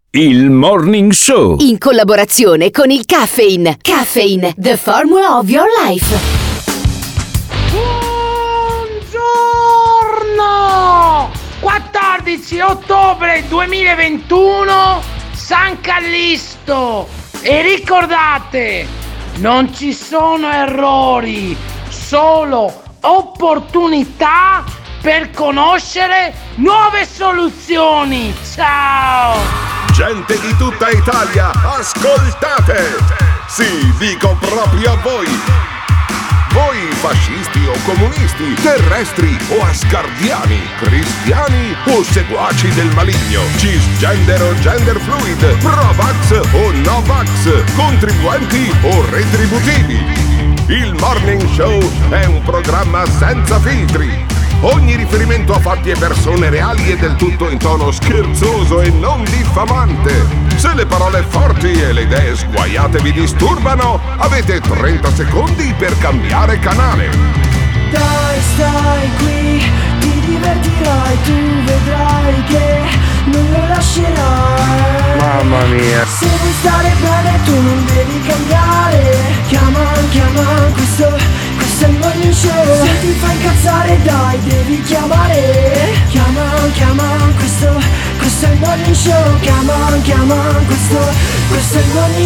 Il Morning Show, in collaborazione con il Caffeine. Caffeine, the formula of your life. Buongiorno! 14 ottobre 2021, San Callisto. E ricordate, non ci sono errori, solo opportunità per conoscere nuove soluzioni. Ciao! Gente di tutta Italia, ascoltate! Sì, dico proprio a voi! Voi fascisti o comunisti, terrestri o asgardiani, cristiani o seguaci del maligno, cisgender o gender fluid, pro-vax o no-vax, contribuenti o retributivi. Il Morning Show è un programma senza filtri. Ogni riferimento a fatti e persone reali è del tutto in tono scherzoso e non diffamante. Se le parole forti e le idee sguaiate vi disturbano, avete 30 secondi per cambiare canale. Dai, stai qui, ti divertirai, tu vedrai che non lo lascerai. Mamma mia. Se vuoi stare bene tu non devi cambiare. Chiama, questo è il Morning Show. Se ti fa incazzare dai, devi chiamare. Chiama, questo è il Morning Show. Chiama, questo è il Morning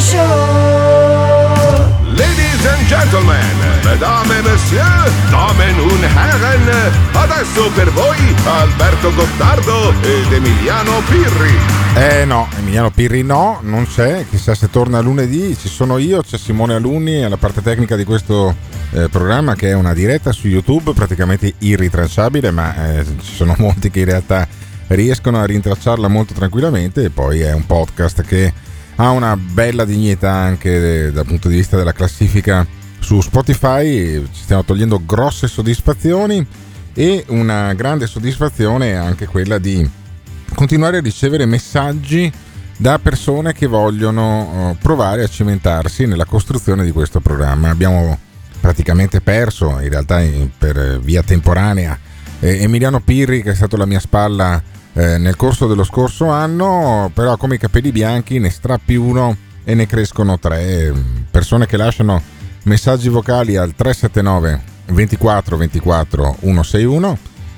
Show. Ladies and gentlemen, mesdames et messieurs, damen und herren, adesso per voi Alberto Gottardo ed Emiliano Pirri. No, Emiliano Pirri no, non c'è, chissà se torna lunedì. Ci sono io, c'è Simone Alunni alla parte tecnica di questo programma, che è una diretta su YouTube praticamente irritracciabile, ma ci sono molti che in realtà riescono a rintracciarla molto tranquillamente, e poi è un podcast che ha una bella dignità anche dal punto di vista della classifica su Spotify. Ci stiamo togliendo grosse soddisfazioni, e una grande soddisfazione è anche quella di continuare a ricevere messaggi da persone che vogliono provare a cimentarsi nella costruzione di questo programma. Abbiamo praticamente perso, in realtà per via temporanea, Emiliano Pirri, che è stato alla mia spalla nel corso dello scorso anno, però come i capelli bianchi ne strappi uno e ne crescono tre. Persone che lasciano messaggi vocali al 379 24 24 161.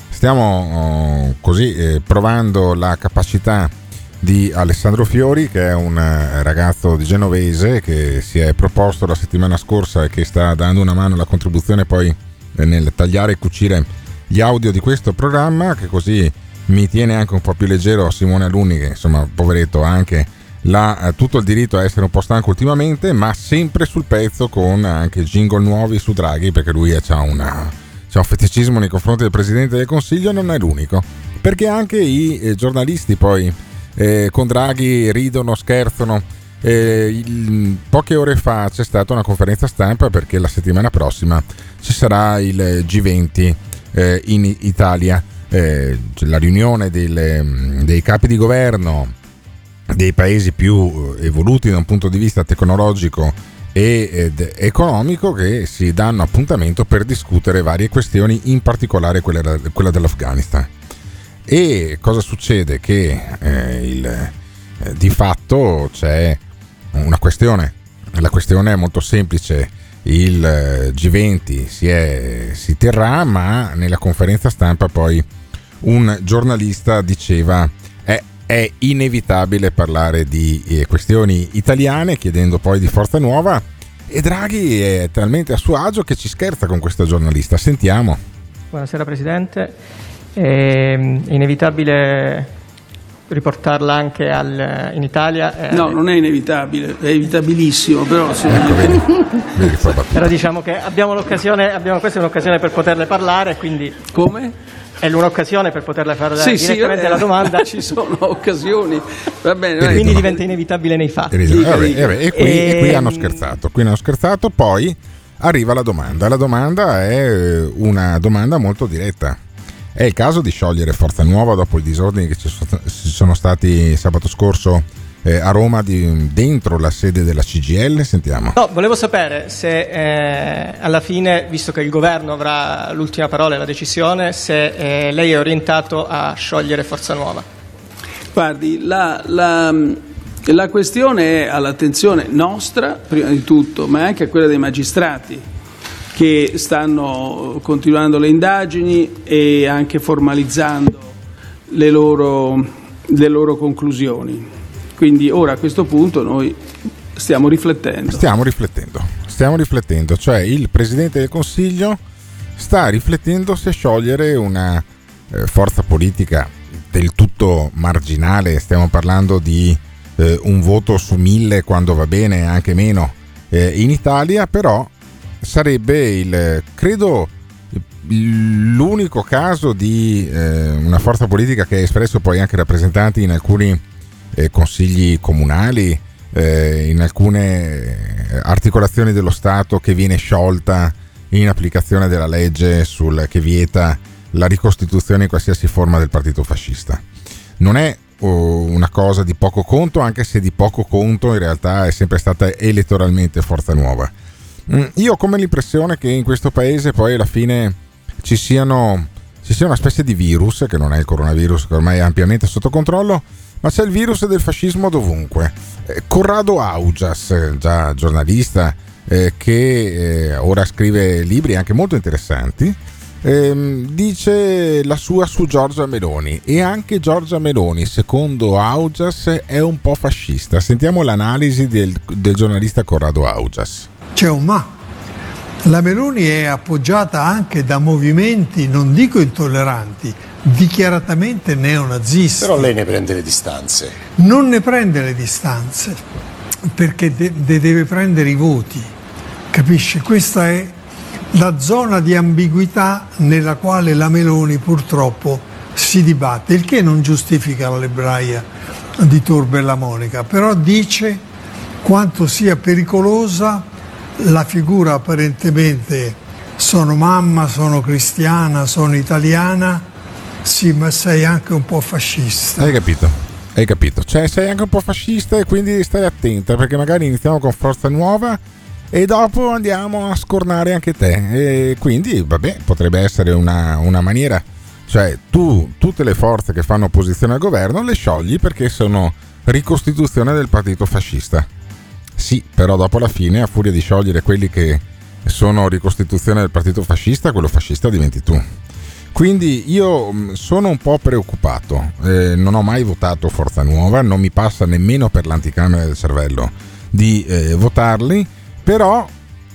Stiamo così provando la capacità di Alessandro Fiori, che è un ragazzo di Genovese che si è proposto la settimana scorsa e che sta dando una mano alla contribuzione poi nel tagliare e cucire gli audio di questo programma, che così mi tiene anche un po' più leggero. Simone Alunni, che insomma poveretto ha anche tutto il diritto a essere un po' stanco ultimamente, ma sempre sul pezzo, con anche jingle nuovi su Draghi, perché lui c'ha un feticismo nei confronti del Presidente del Consiglio. Non è l'unico, perché anche i giornalisti poi con Draghi ridono, scherzano. Poche ore fa c'è stata una conferenza stampa, perché la settimana prossima ci sarà il G20 in Italia, la riunione dei capi di governo dei paesi più evoluti da un punto di vista tecnologico ed economico, che si danno appuntamento per discutere varie questioni, in particolare quella dell'Afghanistan. E cosa succede? Che di fatto c'è una questione. La questione è molto semplice: il G20 si terrà, ma nella conferenza stampa poi un giornalista diceva è inevitabile parlare di questioni italiane, chiedendo poi di Forza Nuova, e Draghi è talmente a suo agio che ci scherza con questo giornalista. Sentiamo. Buonasera Presidente, è inevitabile riportarla anche in Italia? No, non è inevitabile, è evitabilissimo, però sì. Ecco, vedi, però diciamo che questa è un'occasione per poterle parlare, quindi... Come? È un'occasione per poterle fare direttamente la domanda. Ci sono occasioni, va bene. Quindi diventa inevitabile nei fatti. E qui hanno scherzato. Poi arriva la domanda. La domanda è una domanda molto diretta. È il caso di sciogliere Forza Nuova dopo i disordini che ci sono stati sabato scorso a Roma, dentro la sede della CGIL? Sentiamo. No, volevo sapere se alla fine, visto che il governo avrà l'ultima parola e la decisione, se lei è orientato a sciogliere Forza Nuova. Guardi, La questione è all'attenzione nostra, prima di tutto, ma anche a quella dei magistrati, che stanno continuando le indagini e anche formalizzando le loro conclusioni. Quindi ora a questo punto noi stiamo riflettendo, cioè il Presidente del Consiglio sta riflettendo se sciogliere una forza politica del tutto marginale, stiamo parlando di un voto su 1000 quando va bene, anche meno in Italia, però sarebbe credo l'unico caso di una forza politica che ha espresso poi anche rappresentanti in alcuni consigli comunali, in alcune articolazioni dello Stato, che viene sciolta in applicazione della legge che vieta la ricostituzione in qualsiasi forma del partito fascista. Non è una cosa di poco conto, anche se di poco conto in realtà è sempre stata elettoralmente Forza Nuova. Io ho come l'impressione che in questo paese poi alla fine ci sia una specie di virus, che non è il coronavirus, che ormai è ampiamente sotto controllo, ma c'è il virus del fascismo dovunque. Corrado Augias, già giornalista, che ora scrive libri anche molto interessanti, dice la sua su Giorgia Meloni, e anche Giorgia Meloni, secondo Augias, è un po' fascista. Sentiamo l'analisi del giornalista Corrado Augias. C'è un ma. La Meloni è appoggiata anche da movimenti, non dico intolleranti, dichiaratamente neonazisti. Però lei ne prende le distanze. Non ne prende le distanze, perché deve prendere i voti, capisci? Questa è la zona di ambiguità nella quale la Meloni purtroppo si dibatte, il che non giustifica la lebbraia di Tor Bella Monica, però dice quanto sia pericolosa la figura apparentemente sono mamma, sono cristiana, sono italiana, sì, ma sei anche un po' fascista. Hai capito, cioè sei anche un po' fascista, e quindi stai attenta, perché magari iniziamo con Forza Nuova e dopo andiamo a scornare anche te, e quindi vabbè, potrebbe essere una maniera, cioè tu tutte le forze che fanno opposizione al governo le sciogli perché sono ricostituzione del partito fascista. Sì, però dopo alla fine, a furia di sciogliere quelli che sono ricostituzione del partito fascista, quello fascista diventi tu. Quindi io sono un po' preoccupato, non ho mai votato Forza Nuova, non mi passa nemmeno per l'anticamera del cervello di votarli, però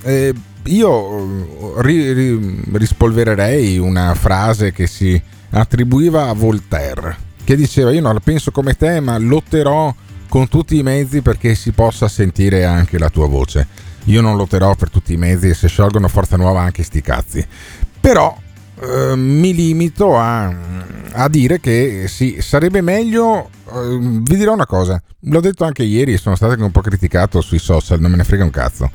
io rispolvererei una frase che si attribuiva a Voltaire, che diceva: io non la penso come te, ma lotterò con tutti i mezzi perché si possa sentire anche la tua voce. Io non lotterò per tutti i mezzi, e se sciolgono Forza Nuova anche sti cazzi, però mi limito a dire che sì, sarebbe meglio. Vi dirò una cosa, l'ho detto anche ieri, sono stato anche un po' criticato sui social, non me ne frega un cazzo.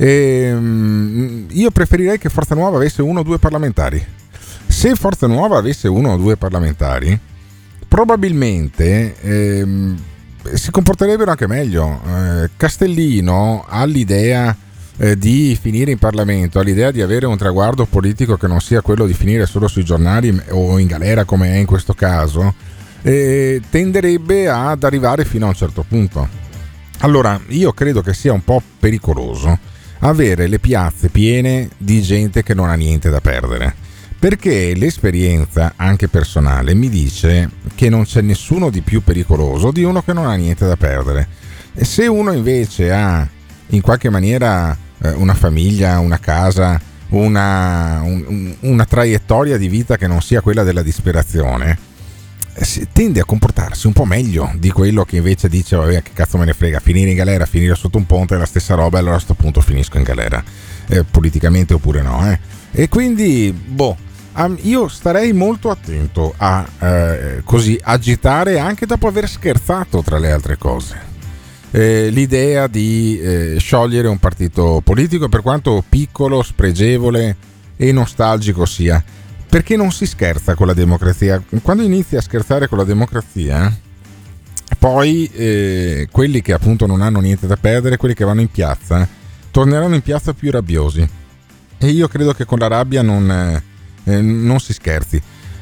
Io preferirei che Forza Nuova avesse 1 o 2 parlamentari. Se Forza Nuova avesse 1 o 2 parlamentari, probabilmente si comporterebbero anche meglio. Castellino ha l'idea di finire in Parlamento, ha l'idea di avere un traguardo politico che non sia quello di finire solo sui giornali o in galera come è in questo caso, tenderebbe ad arrivare fino a un certo punto. Allora io credo che sia un po' pericoloso avere le piazze piene di gente che non ha niente da perdere, perché l'esperienza anche personale mi dice che non c'è nessuno di più pericoloso di uno che non ha niente da perdere. E se uno invece ha in qualche maniera una famiglia, una casa, una traiettoria di vita che non sia quella della disperazione, tende a comportarsi un po' meglio di quello che invece dice: vabbè, che cazzo me ne frega, finire in galera, finire sotto un ponte è la stessa roba, allora a sto punto finisco in galera, politicamente oppure no, E quindi io starei molto attento a così agitare, anche dopo aver scherzato tra le altre cose, l'idea di sciogliere un partito politico, per quanto piccolo, spregevole e nostalgico sia, perché non si scherza con la democrazia. Quando inizi a scherzare con la democrazia, poi quelli che appunto non hanno niente da perdere, quelli che vanno in piazza, torneranno in piazza più rabbiosi, e io credo che con la rabbia non si scherzi.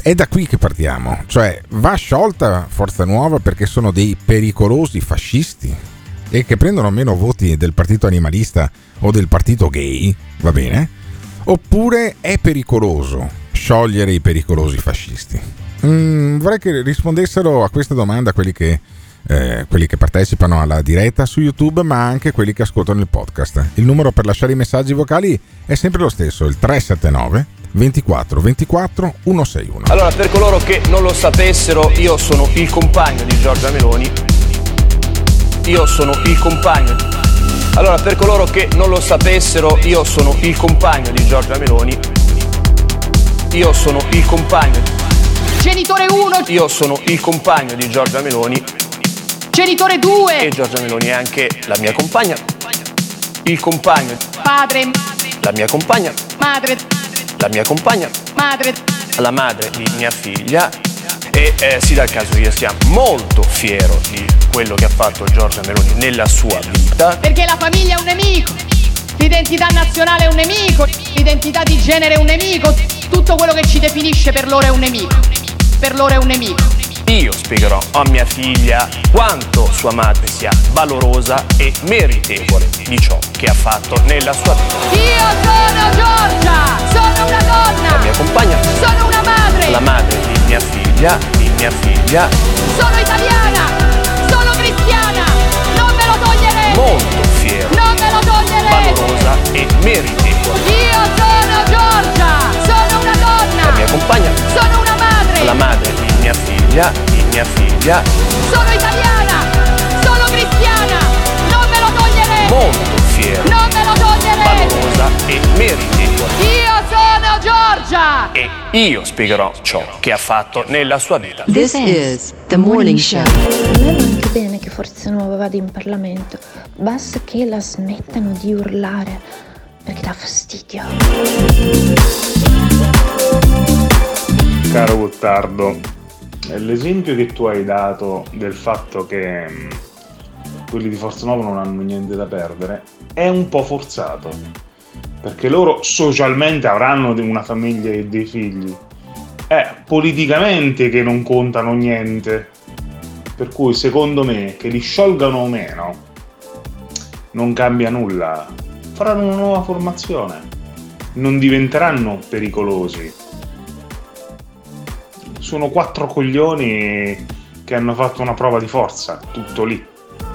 È da qui che partiamo, cioè va sciolta Forza Nuova perché sono dei pericolosi fascisti e che prendono meno voti del partito animalista o del partito gay, va bene? Oppure è pericoloso sciogliere i pericolosi fascisti? Vorrei che rispondessero a questa domanda quelli che partecipano alla diretta su YouTube, ma anche quelli che ascoltano il podcast. Il numero per lasciare i messaggi vocali è sempre lo stesso, il 379 24 24 161. Allora, per coloro che non lo sapessero, io sono il compagno di Giorgia Meloni. Allora, per coloro che non lo sapessero, io sono il compagno di Giorgia Meloni. Io sono il compagno. Genitore 1. Io sono il compagno di Giorgia Meloni. Genitore 2. E Giorgia Meloni è anche la mia compagna. Il compagno. Padre. La mia compagna. Madre. La mia compagna. Madre. La madre di mia figlia. E sì, dal caso io sia molto fiero di quello che ha fatto Giorgia Meloni nella sua vita. Perché la famiglia è un nemico, l'identità nazionale è un nemico, l'identità di genere è un nemico, tutto quello che ci definisce per loro è un nemico. Per loro è un nemico. Io spiegherò a mia figlia quanto sua madre sia valorosa e meritevole di ciò che ha fatto nella sua vita. Io sono Giorgia, sono una donna. La mia compagna. Sono una madre. La madre di mia figlia. Sono italiana, sono cristiana, non me lo toglierete. Molto fiero. Non me lo toglierete. Valorosa e meritevole. Io sono Giorgia, sono una donna. La mia compagna. Sono una madre. La madre di mia figlia. Sono italiana, sono cristiana, non me lo toglierete. Molto fiero. Non me lo toglierete. Valorosa e meritevole. Io sono Giorgia. E io spiegherò ciò che ha fatto nella sua vita. This is the morning show. A me va anche bene che Forza Nuova vada in Parlamento, basta che la smettano di urlare, perché dà fastidio. Caro Gottardo, l'esempio che tu hai dato del fatto che quelli di Forza Nuova non hanno niente da perdere è un po' forzato, perché loro socialmente avranno una famiglia e dei figli, è politicamente che non contano niente, per cui secondo me che li sciolgano o meno non cambia nulla, faranno una nuova formazione, non diventeranno pericolosi. Sono 4 coglioni che hanno fatto una prova di forza, tutto lì.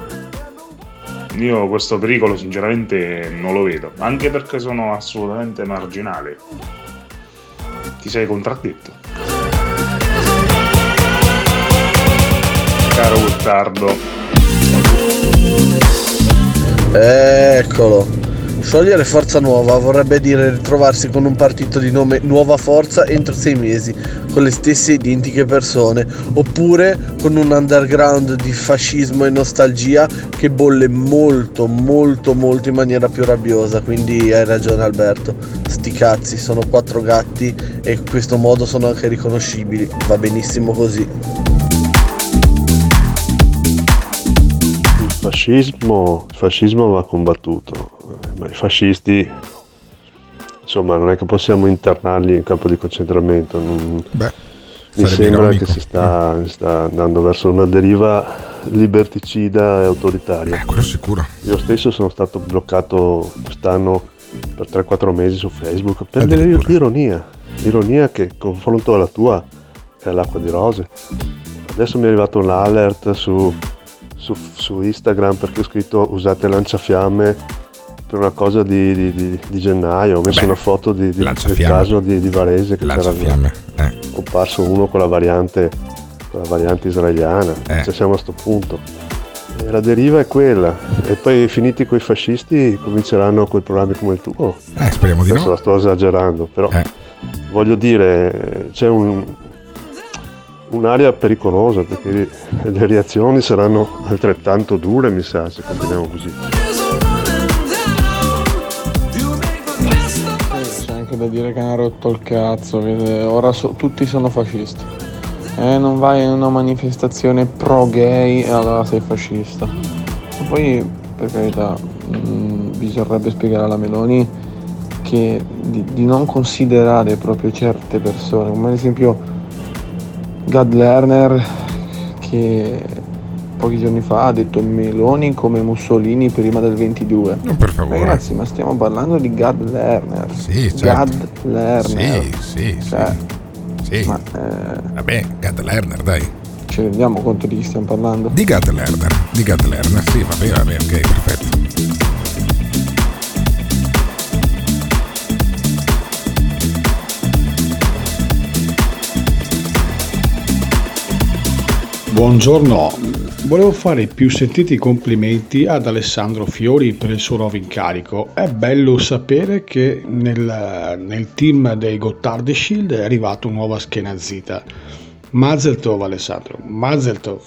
Io questo pericolo sinceramente non lo vedo, anche perché sono assolutamente marginali. Ti sei contraddetto. Caro Gottardo. Eccolo. Sciogliere Forza Nuova vorrebbe dire ritrovarsi con un partito di nome Nuova Forza entro 6 mesi, con le stesse identiche persone, oppure con un underground di fascismo e nostalgia che bolle molto in maniera più rabbiosa. Quindi hai ragione Alberto, sti cazzi, sono 4 gatti e in questo modo sono anche riconoscibili, va benissimo così. Il fascismo va combattuto, ma i fascisti, insomma, non è che possiamo internarli in campo di concentramento. Mi sembra ironico che si sta andando verso una deriva liberticida e autoritaria. Quello sicuro. Io stesso sono stato bloccato quest'anno per 3-4 mesi su Facebook per dell'ironia che confronto alla tua è l'acqua di rose. Adesso mi è arrivato un alert su Instagram perché ho scritto usate lanciafiamme per una cosa di gennaio. Ho messo una foto del caso di Varese che c'era comparso uno con la variante israeliana. Cioè siamo a sto punto e la deriva è quella, e poi finiti quei fascisti cominceranno quei programmi come il tuo. Speriamo di no. La sto esagerando, però voglio dire, c'è un'area pericolosa, perché le reazioni saranno altrettanto dure, mi sa, se continuiamo così. C'è anche da dire che hanno rotto il cazzo, ora tutti sono fascisti. Non vai in una manifestazione pro gay e allora sei fascista. E poi, per carità, bisognerebbe spiegare alla Meloni che di non considerare proprio certe persone, come ad esempio Gad Lerner che pochi giorni fa ha detto Meloni come Mussolini prima del 22. Per favore. Ragazzi, ma stiamo parlando di Gad Lerner. Sì, certo. Gad Lerner. Sì. Ma, vabbè, Gad Lerner, dai. Ci rendiamo conto di chi stiamo parlando? Di Gad Lerner, sì, vabbè, ok, perfetto. Buongiorno, volevo fare i più sentiti complimenti ad Alessandro Fiori per il suo nuovo incarico. È bello sapere che nel team dei Gotthard Shield è arrivato un nuovo schiena zita. Mazel tov Alessandro, Mazel tov.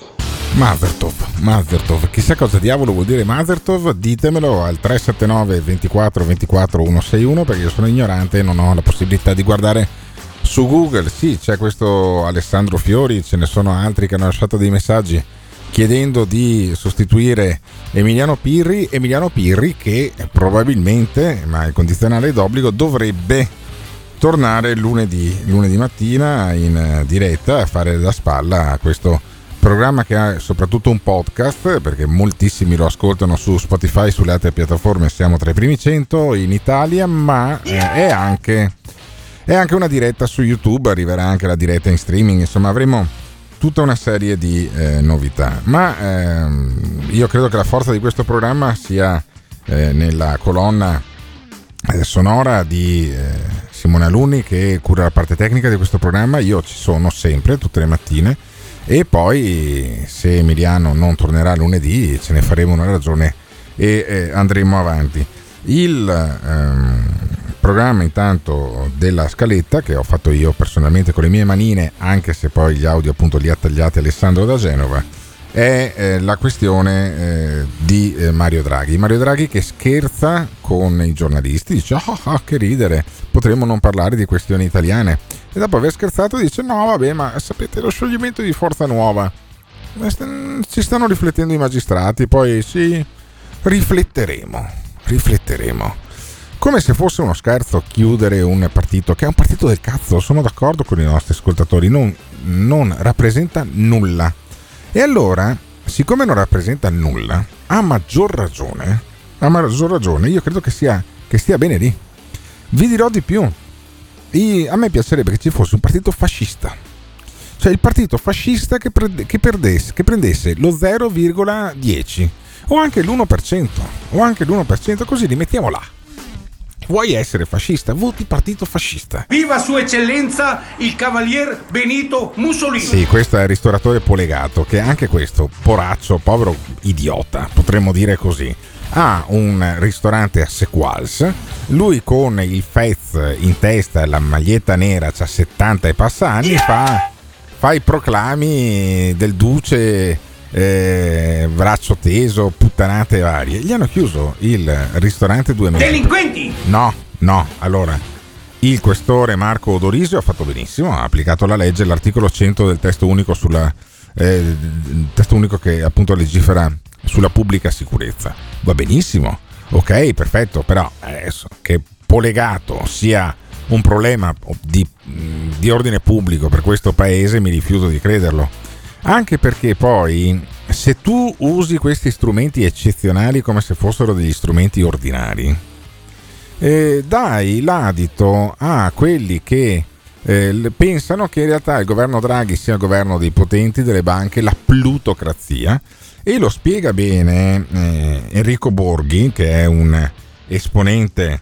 Chissà cosa diavolo vuol dire Mazel tov, ditemelo al 379 24 24 161 perché io sono ignorante e non ho la possibilità di guardare su Google. Sì, c'è questo Alessandro Fiori, ce ne sono altri che hanno lasciato dei messaggi chiedendo di sostituire Emiliano Pirri che probabilmente, ma il condizionale d'obbligo, dovrebbe tornare lunedì mattina in diretta a fare da spalla a questo programma che ha soprattutto un podcast, perché moltissimi lo ascoltano su Spotify, sulle altre piattaforme siamo tra i primi 100 in Italia, ma è anche una diretta su YouTube, arriverà anche la diretta in streaming, insomma avremo tutta una serie di novità, ma io credo che la forza di questo programma sia nella colonna sonora di Simone Alunni, che cura la parte tecnica di questo programma. Io ci sono sempre, tutte le mattine, e poi se Emiliano non tornerà lunedì ce ne faremo una ragione e andremo avanti. Il programma intanto della scaletta, che ho fatto io personalmente con le mie manine, anche se poi gli audio appunto li ha tagliati Alessandro da Genova, è la questione di Mario Draghi che scherza con i giornalisti, dice che ridere, potremmo non parlare di questioni italiane, e dopo aver scherzato dice no vabbè, ma sapete, lo scioglimento di Forza Nuova, ci stanno riflettendo i magistrati, poi sì, rifletteremo, come se fosse uno scherzo chiudere un partito che è un partito del cazzo. Sono d'accordo con i nostri ascoltatori, non rappresenta nulla. E allora, siccome non rappresenta nulla, a maggior ragione, io credo che stia bene lì. Vi dirò di più. A me piacerebbe che ci fosse un partito fascista. Cioè il partito fascista che prendesse lo 0,10 o anche l'1%, così li mettiamo là. Vuoi essere fascista? Voti partito fascista. Viva Sua Eccellenza il Cavalier Benito Mussolini. Sì, questo è il ristoratore Polegato, che anche questo poraccio, povero idiota, potremmo dire così, ha un ristorante a Sequals. Lui con il fez in testa e la maglietta nera, c'ha 70 e passa anni, fa i proclami del duce, braccio teso, puttanate varie. Gli hanno chiuso il ristorante 2 mesi. Delinquenti! No, allora il questore Marco Odorisio ha fatto benissimo, ha applicato la legge, l'articolo 100 del testo unico testo unico che appunto legifera sulla pubblica sicurezza. Va benissimo, ok, perfetto, però adesso che Polegato sia un problema di ordine pubblico per questo paese mi rifiuto di crederlo. Anche perché poi, se tu usi questi strumenti eccezionali come se fossero degli strumenti ordinari, dai l'adito a quelli che pensano che in realtà il governo Draghi sia il governo dei potenti, delle banche, la plutocrazia, e lo spiega bene Enrico Borghi, che è un esponente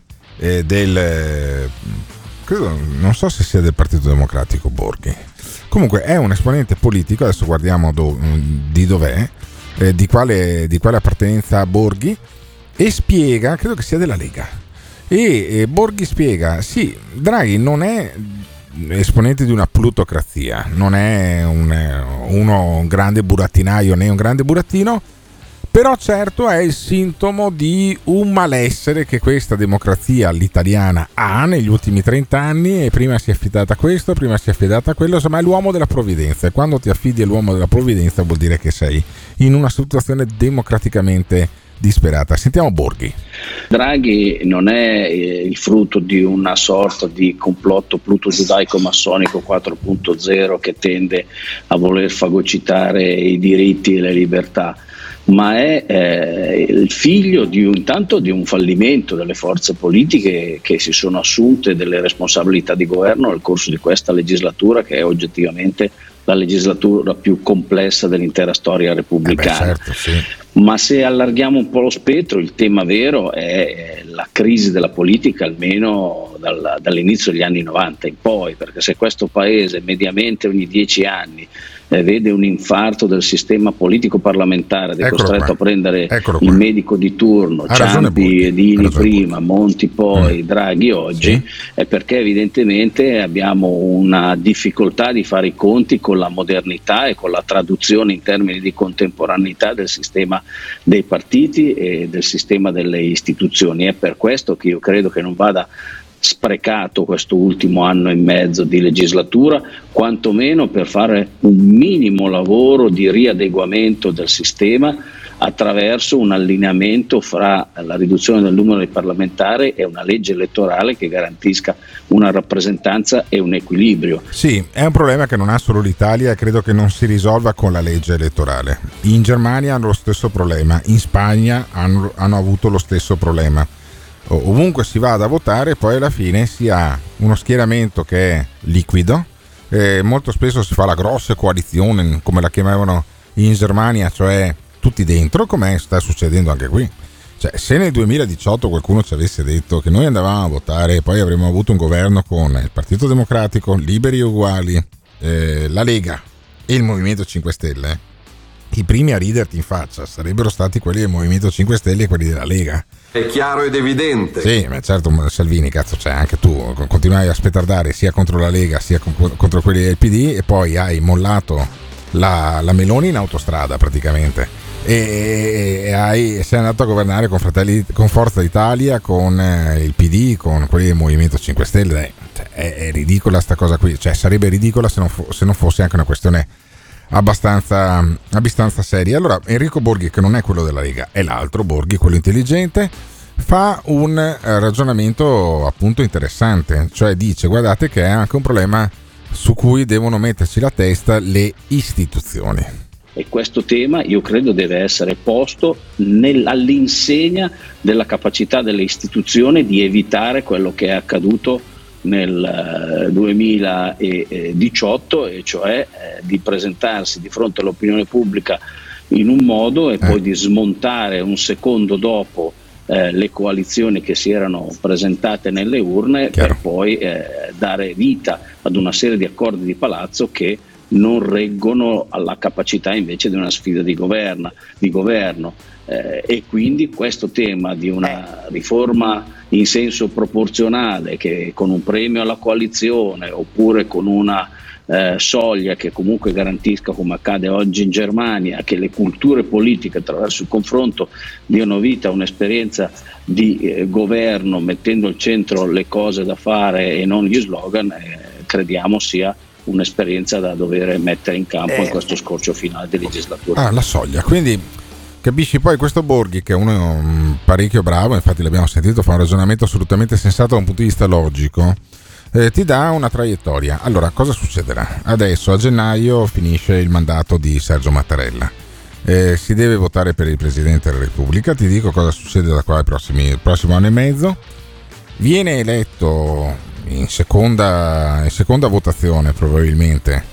credo, non so se sia del Partito Democratico Borghi. Comunque è un esponente politico, adesso guardiamo di dov'è, di quale appartenenza a Borghi, e spiega, credo che sia della Lega, e Borghi spiega, sì, Draghi non è esponente di una plutocrazia, non è un grande burattinaio né un grande burattino, però certo è il sintomo di un malessere che questa democrazia all'italiana ha negli ultimi 30 anni, e prima si è affidata a questo, prima si è affidata a quello, insomma è l'uomo della provvidenza, e quando ti affidi all'uomo della provvidenza vuol dire che sei in una situazione democraticamente disperata. Sentiamo Borghi. Draghi non è il frutto di una sorta di complotto pluto-giudaico-massonico 4.0 che tende a voler fagocitare i diritti e le libertà, ma è il figlio intanto di un fallimento delle forze politiche che si sono assunte delle responsabilità di governo nel corso di questa legislatura, che è oggettivamente la legislatura più complessa dell'intera storia repubblicana. Certo, sì. Ma se allarghiamo un po' lo spettro, il tema vero è la crisi della politica, almeno dall'inizio degli anni 90 in poi, perché se questo paese mediamente ogni 10 anni vede un infarto del sistema politico parlamentare, è costretto a prendere il medico di turno, Ciampi e Dini prima, Monti poi, Draghi oggi, è perché evidentemente abbiamo una difficoltà di fare i conti con la modernità e con la traduzione in termini di contemporaneità del sistema dei partiti e del sistema delle istituzioni. È per questo che io credo che non vada sprecato questo ultimo anno e mezzo di legislatura, quantomeno per fare un minimo lavoro di riadeguamento del sistema attraverso un allineamento fra la riduzione del numero dei parlamentari e una legge elettorale che garantisca una rappresentanza e un equilibrio. Sì, è un problema che non ha solo l'Italia e credo che non si risolva con la legge elettorale. In Germania hanno lo stesso problema, in Spagna hanno avuto lo stesso problema. Ovunque si vada a votare, poi alla fine si ha uno schieramento che è liquido, molto spesso si fa la grossa coalizione, come la chiamavano in Germania, cioè tutti dentro, come sta succedendo anche qui. Cioè, se nel 2018 qualcuno ci avesse detto che noi andavamo a votare e poi avremmo avuto un governo con il Partito Democratico, Liberi e Uguali, la Lega e il Movimento 5 Stelle, i primi a riderti in faccia sarebbero stati quelli del Movimento 5 Stelle e quelli della Lega. È chiaro ed evidente. Sì, ma certo, Salvini, cazzo, cioè anche tu continuavi a spettardare sia contro la Lega sia contro quelli del PD e poi hai mollato la Meloni in autostrada praticamente e sei andato a governare con Forza Italia, con il PD, con quelli del Movimento 5 Stelle. Cioè, è ridicola sta cosa qui, cioè sarebbe ridicola se non fosse anche una questione abbastanza seria. Allora Enrico Borghi, che non è quello della Lega, è l'altro Borghi, quello intelligente, fa un ragionamento appunto interessante, cioè dice: guardate che è anche un problema su cui devono metterci la testa le istituzioni. E questo tema io credo deve essere posto all'insegna della capacità delle istituzioni di evitare quello che è accaduto nel 2018, e cioè di presentarsi di fronte all'opinione pubblica in un modo e poi di smontare un secondo dopo le coalizioni che si erano presentate nelle urne. Chiaro. Per poi dare vita ad una serie di accordi di palazzo che non reggono alla capacità invece di una sfida di governo. E quindi questo tema di una riforma in senso proporzionale, che con un premio alla coalizione oppure con una soglia che comunque garantisca, come accade oggi in Germania, che le culture politiche attraverso il confronto diano vita a un'esperienza di governo mettendo al centro le cose da fare e non gli slogan, crediamo sia un'esperienza da dover mettere in campo in questo scorcio finale di legislatura. La soglia, quindi capisci. Poi questo Borghi, che è uno parecchio bravo, infatti l'abbiamo sentito, fa un ragionamento assolutamente sensato da un punto di vista logico, ti dà una traiettoria. Allora, cosa succederà? Adesso a gennaio finisce il mandato di Sergio Mattarella, si deve votare per il Presidente della Repubblica. Ti dico cosa succede da qua il prossimo anno e mezzo. Viene eletto in seconda votazione probabilmente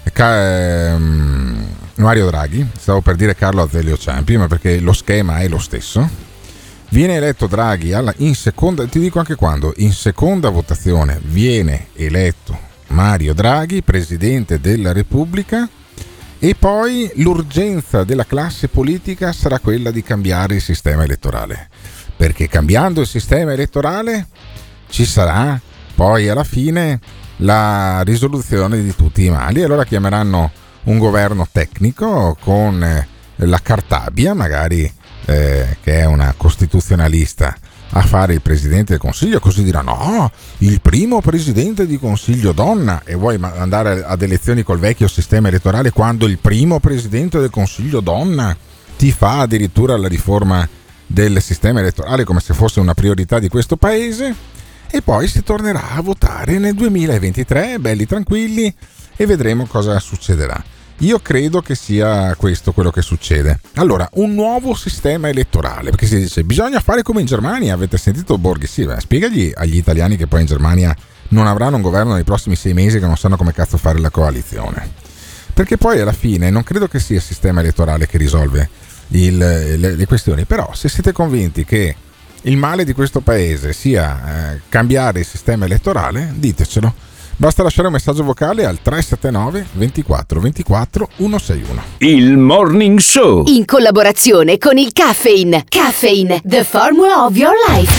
Mario Draghi, stavo per dire Carlo Azeglio Ciampi, ma perché lo schema è lo stesso. Viene eletto Draghi in seconda, ti dico anche quando, in seconda votazione viene eletto Mario Draghi, Presidente della Repubblica, e poi l'urgenza della classe politica sarà quella di cambiare il sistema elettorale, perché cambiando il sistema elettorale ci sarà poi alla fine la risoluzione di tutti i mali. E allora chiameranno un governo tecnico con la Cartabia, magari che è una costituzionalista, a fare il Presidente del Consiglio, così diranno: no, il primo Presidente di Consiglio donna. E vuoi andare ad elezioni col vecchio sistema elettorale quando il primo Presidente del Consiglio donna ti fa addirittura la riforma del sistema elettorale come se fosse una priorità di questo paese, e poi si tornerà a votare nel 2023, belli tranquilli, e vedremo cosa succederà. Io credo che sia questo quello che succede. Allora, un nuovo sistema elettorale, perché si dice bisogna fare come in Germania. Avete sentito Borghi? Sì, spiegagli agli italiani che poi in Germania non avranno un governo nei prossimi 6 mesi, che non sanno come cazzo fare la coalizione, perché poi alla fine non credo che sia il sistema elettorale che risolve le questioni. Però se siete convinti che il male di questo paese sia cambiare il sistema elettorale, ditecelo. Basta lasciare un messaggio vocale al 379 24 24 161. Il Morning Show, in collaborazione con il Caffeine. Caffeine, the formula of your life.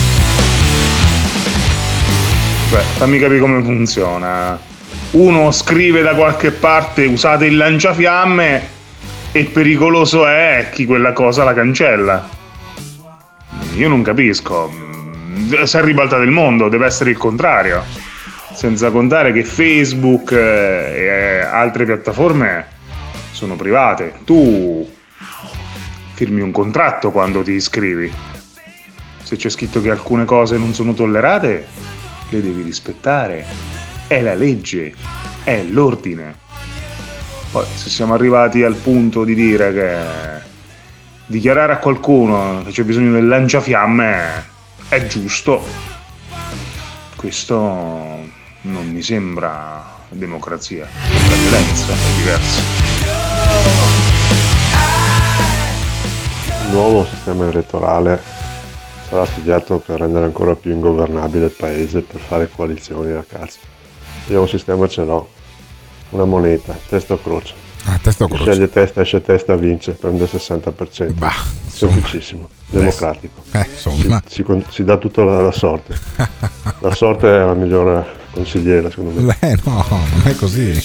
Beh, fammi capire come funziona. Uno scrive da qualche parte usate il lanciafiamme e pericoloso è chi quella cosa la cancella. Io non capisco. Si è ribaltato il mondo, deve essere il contrario. Senza contare che Facebook e altre piattaforme sono private. Tu firmi un contratto quando ti iscrivi. Se c'è scritto che alcune cose non sono tollerate, le devi rispettare. È la legge, è l'ordine. Poi se siamo arrivati al punto di dire che dichiarare a qualcuno che c'è bisogno del lanciafiamme è giusto, questo non mi sembra democrazia. La violenza è diversa. Il nuovo sistema elettorale sarà studiato per rendere ancora più ingovernabile il paese, per fare coalizioni a cazzo. Io un sistema ce l'ho, una moneta, testa o croce. Testa o croce. Sceglie testa, esce testa, vince, prende il 60%. Bah, semplicissimo, democratico. Insomma. Si dà tutto alla sorte. La sorte è la migliore consigliera, secondo me. No, non è così.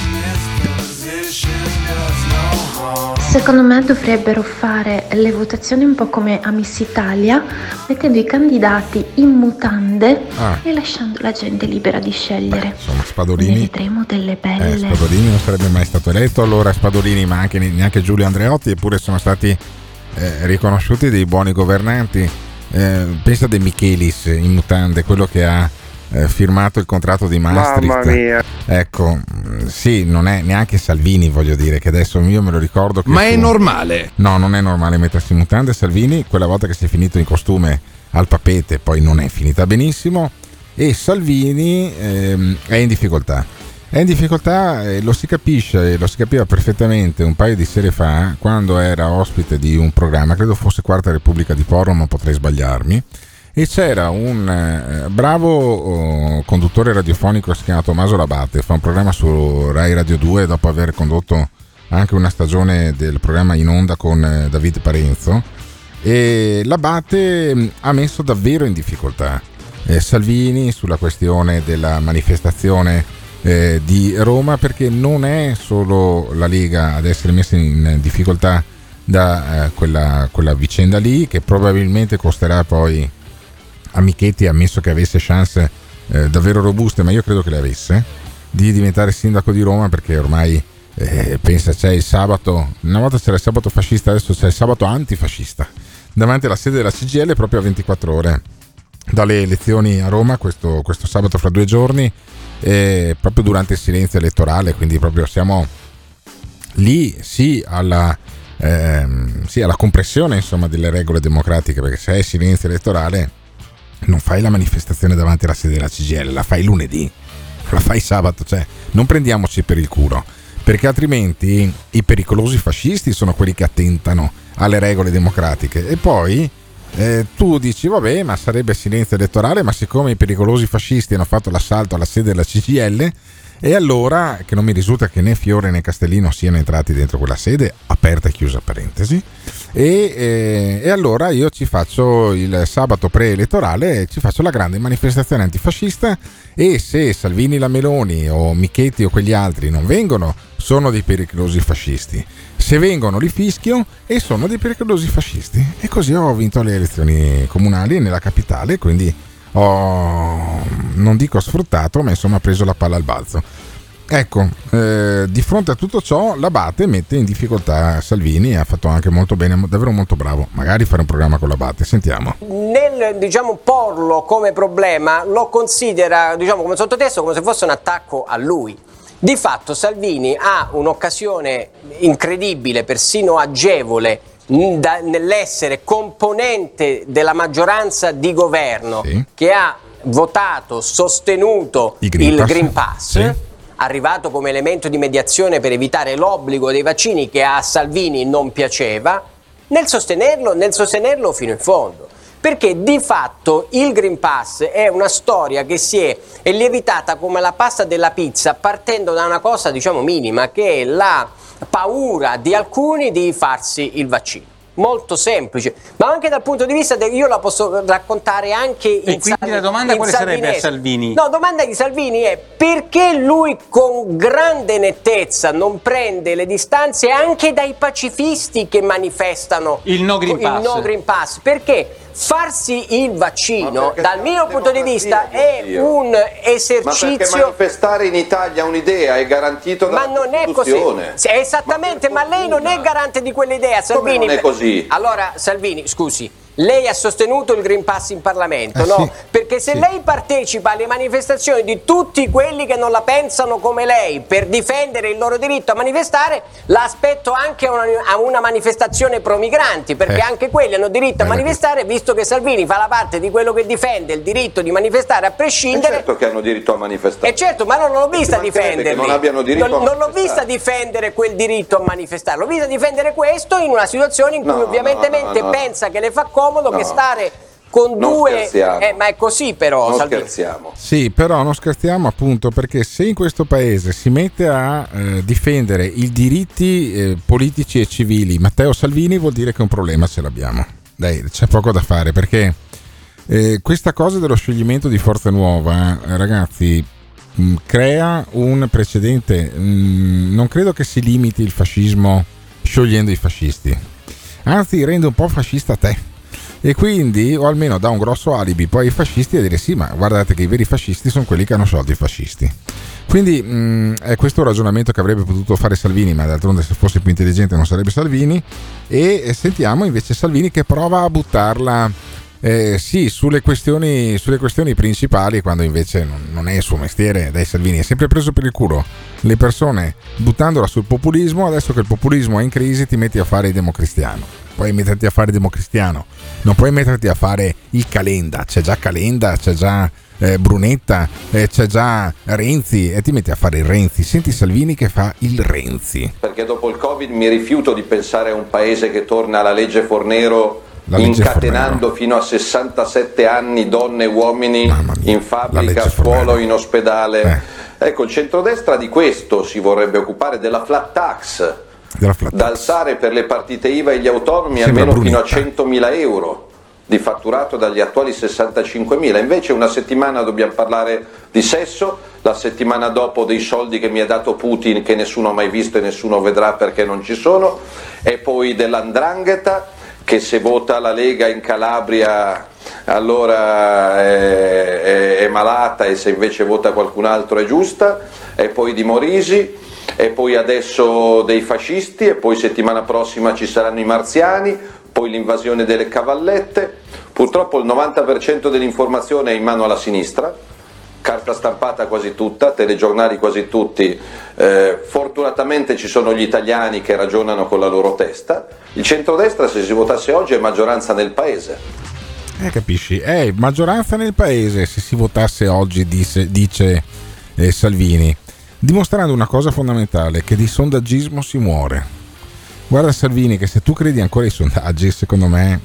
Secondo me dovrebbero fare le votazioni un po' come a Miss Italia, mettendo i candidati in mutande e lasciando la gente libera di scegliere. Insomma, Spadolini. Ne vedremo delle belle. Spadolini non sarebbe mai stato eletto, allora Spadolini, ma anche neanche Giulio Andreotti, eppure sono stati riconosciuti dei buoni governanti. Pensa De Michelis in mutande, quello che ha firmato il contratto di Maastricht. Mamma mia. Ecco, sì, non è neanche Salvini, voglio dire, che adesso io me lo ricordo che ma è normale? No, non è normale mettersi in mutande. Salvini, quella volta che si è finito in costume al papete, poi non è finita benissimo, e Salvini è in difficoltà. È in difficoltà e lo si capisce, lo si capiva perfettamente un paio di sere fa, quando era ospite di un programma, credo fosse Quarta Repubblica di Porro, ma potrei sbagliarmi, e c'era un bravo conduttore radiofonico che si chiama Tommaso Labate, fa un programma su Rai Radio 2 dopo aver condotto anche una stagione del programma in onda con David Parenzo, e Labate ha messo davvero in difficoltà Salvini sulla questione della manifestazione di Roma, perché non è solo la Lega ad essere messa in difficoltà da quella vicenda lì, che probabilmente costerà poi a Michetti, ammesso che avesse chance davvero robuste, ma io credo che le avesse, di diventare sindaco di Roma, perché ormai pensa, c'è il sabato, una volta c'era il sabato fascista, adesso c'è il sabato antifascista davanti alla sede della CGIL, proprio a 24 ore dalle elezioni a Roma, questo sabato fra 2 giorni, proprio durante il silenzio elettorale, quindi proprio siamo lì alla compressione, insomma, delle regole democratiche, perché se è silenzio elettorale non fai la manifestazione davanti alla sede della CGIL, la fai lunedì, la fai sabato, cioè non prendiamoci per il culo, perché altrimenti i pericolosi fascisti sono quelli che attentano alle regole democratiche, e poi tu dici vabbè, ma sarebbe silenzio elettorale, ma siccome i pericolosi fascisti hanno fatto l'assalto alla sede della CGIL, e allora, che non mi risulta che né Fiore né Castellino siano entrati dentro quella sede, aperta e chiusa parentesi, e allora io ci faccio il sabato preelettorale, ci faccio la grande manifestazione antifascista, e se Salvini, la Meloni o Michetti o quegli altri non vengono, sono dei pericolosi fascisti. Se vengono li fischio e sono dei pericolosi fascisti. E così ho vinto le elezioni comunali nella capitale, quindi ho, non dico sfruttato, ma insomma preso la palla al balzo. Ecco, di fronte a tutto ciò l'Abate mette in difficoltà Salvini, ha fatto anche molto bene, davvero molto bravo, magari fare un programma con l'Abate, sentiamo. Nel porlo come problema lo considera come sottotesto come se fosse un attacco a lui. Di fatto Salvini ha un'occasione incredibile, persino agevole, nell'essere componente della maggioranza di governo che ha votato, sostenuto il Green Pass. Arrivato come elemento di mediazione per evitare l'obbligo dei vaccini che a Salvini non piaceva, nel sostenerlo fino in fondo. Perché di fatto il Green Pass è una storia che è lievitata come la pasta della pizza, partendo da una cosa minima, che è la paura di alcuni di farsi il vaccino. Molto semplice, ma anche dal punto di vista io la posso raccontare anche in quindi la domanda quale sarebbe a Salvini? No, domanda di Salvini è perché lui con grande nettezza non prende le distanze anche dai pacifisti che manifestano il no Green Pass. Perché farsi il vaccino dal mio punto di vista è un esercizio. Ma perché manifestare in Italia un'idea è garantito dalla Costituzione. Non è così. Esattamente, ma lei non è garante di quell'idea, Salvini. Come non è così? Allora, Salvini, scusi, lei ha sostenuto il Green Pass in Parlamento, no? Sì. Perché se lei partecipa alle manifestazioni di tutti quelli che non la pensano come lei per difendere il loro diritto a manifestare, l'aspetto anche a una manifestazione pro migranti, perché anche quelli hanno diritto a manifestare, visto che Salvini fa la parte di quello che difende il diritto di manifestare a prescindere. Certo che hanno diritto a manifestare. Certo, ma non l'ho vista difenderli. Non abbiano diritto non l'ho vista difendere quel diritto a manifestare, l'ho vista difendere questo in una situazione in cui ovviamente pensa che le fa comodo che stare con due, ma è così però. Non scherziamo. Sì, però non scherziamo, appunto, perché se in questo paese si mette a difendere i diritti politici e civili Matteo Salvini, vuol dire che un problema ce l'abbiamo. Dai, c'è poco da fare, perché questa cosa dello scioglimento di Forza Nuova, ragazzi, crea un precedente. Non credo che si limiti il fascismo sciogliendo i fascisti, anzi rende un po' fascista te, e quindi, o almeno dà un grosso alibi poi ai fascisti a dire sì, ma guardate che i veri fascisti sono quelli che hanno sciolto i fascisti. Quindi è questo un ragionamento che avrebbe potuto fare Salvini, ma d'altronde se fosse più intelligente non sarebbe Salvini. E sentiamo invece Salvini che prova a buttarla sulle questioni principali, quando invece non è il suo mestiere. Dai, Salvini è sempre preso per il culo le persone buttandola sul populismo. Adesso che il populismo è in crisi ti metti a fare il democristiano. Puoi metterti a fare democristiano, non puoi metterti a fare il Calenda. C'è già Calenda, c'è già Brunetta, c'è già Renzi, e ti metti a fare il Renzi. Senti Salvini che fa il Renzi. Perché dopo il Covid mi rifiuto di pensare a un paese che torna alla legge Fornero, incatenando fino a 67 anni donne e uomini in fabbrica, a scuola o in ospedale. Ecco, il centrodestra di questo si vorrebbe occupare, della flat tax, da alzare per le partite IVA e gli autonomi almeno fino a 100.000 euro di fatturato dagli attuali 65.000. Invece una settimana dobbiamo parlare di sesso, la settimana dopo dei soldi che mi ha dato Putin che nessuno ha mai visto e nessuno vedrà perché non ci sono, e poi dell''ndrangheta, che se vota la Lega in Calabria allora è malata, e se invece vota qualcun altro è giusta, e poi di Morisi, e poi adesso dei fascisti, e poi settimana prossima ci saranno i marziani, poi l'invasione delle cavallette. Purtroppo il 90% dell'informazione è in mano alla sinistra, carta stampata quasi tutta, telegiornali quasi tutti. Fortunatamente ci sono gli italiani che ragionano con la loro testa. Il centrodestra, se si votasse oggi, è maggioranza nel paese. Capisci? È maggioranza nel paese se si votasse oggi, dice Salvini, dimostrando una cosa fondamentale, che di sondaggismo si muore. Guarda Salvini, che se tu credi ancora ai sondaggi, secondo me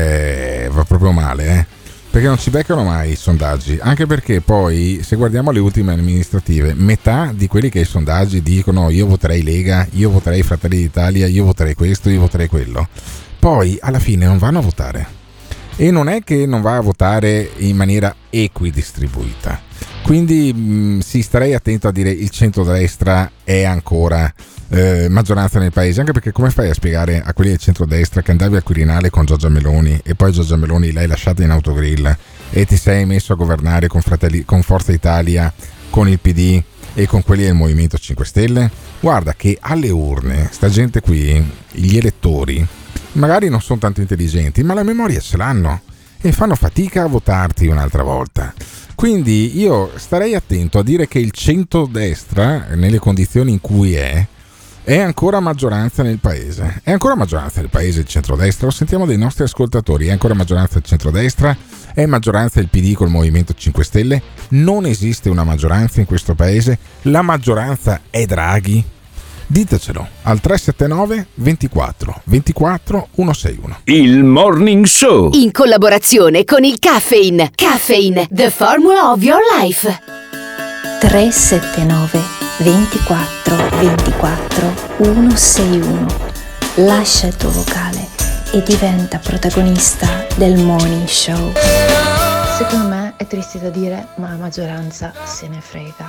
va proprio male, perché non ci beccano mai i sondaggi, anche perché poi, se guardiamo le ultime amministrative, metà di quelli che ai sondaggi dicono io voterei Lega, io voterei Fratelli d'Italia, io voterei questo, io voterei quello, poi alla fine non vanno a votare. E non è che non va a votare in maniera equidistribuita. Quindi sì, starei attento a dire il centrodestra è ancora maggioranza nel paese, anche perché come fai a spiegare a quelli del centrodestra che andavi al Quirinale con Giorgia Meloni e poi Giorgia Meloni l'hai lasciata in autogrill e ti sei messo a governare con Forza Italia, con il PD e con quelli del Movimento 5 Stelle? Guarda che alle urne, sta gente qui, gli elettori, magari non sono tanto intelligenti, ma la memoria ce l'hanno e fanno fatica a votarti un'altra volta. Quindi io starei attento a dire che il centrodestra, nelle condizioni in cui è ancora maggioranza nel paese. È ancora maggioranza nel paese il centrodestra? Lo sentiamo dai nostri ascoltatori. È ancora maggioranza il centrodestra? È maggioranza il PD col Movimento 5 Stelle? Non esiste una maggioranza in questo paese? La maggioranza è Draghi? Ditecelo al 379 24 24 161. Il Morning Show in collaborazione con il Caffeine. Caffeine, the formula of your life. 379 24 24 161. Lascia il tuo vocale e diventa protagonista del Morning Show. Secondo me è triste da dire, ma la maggioranza se ne frega.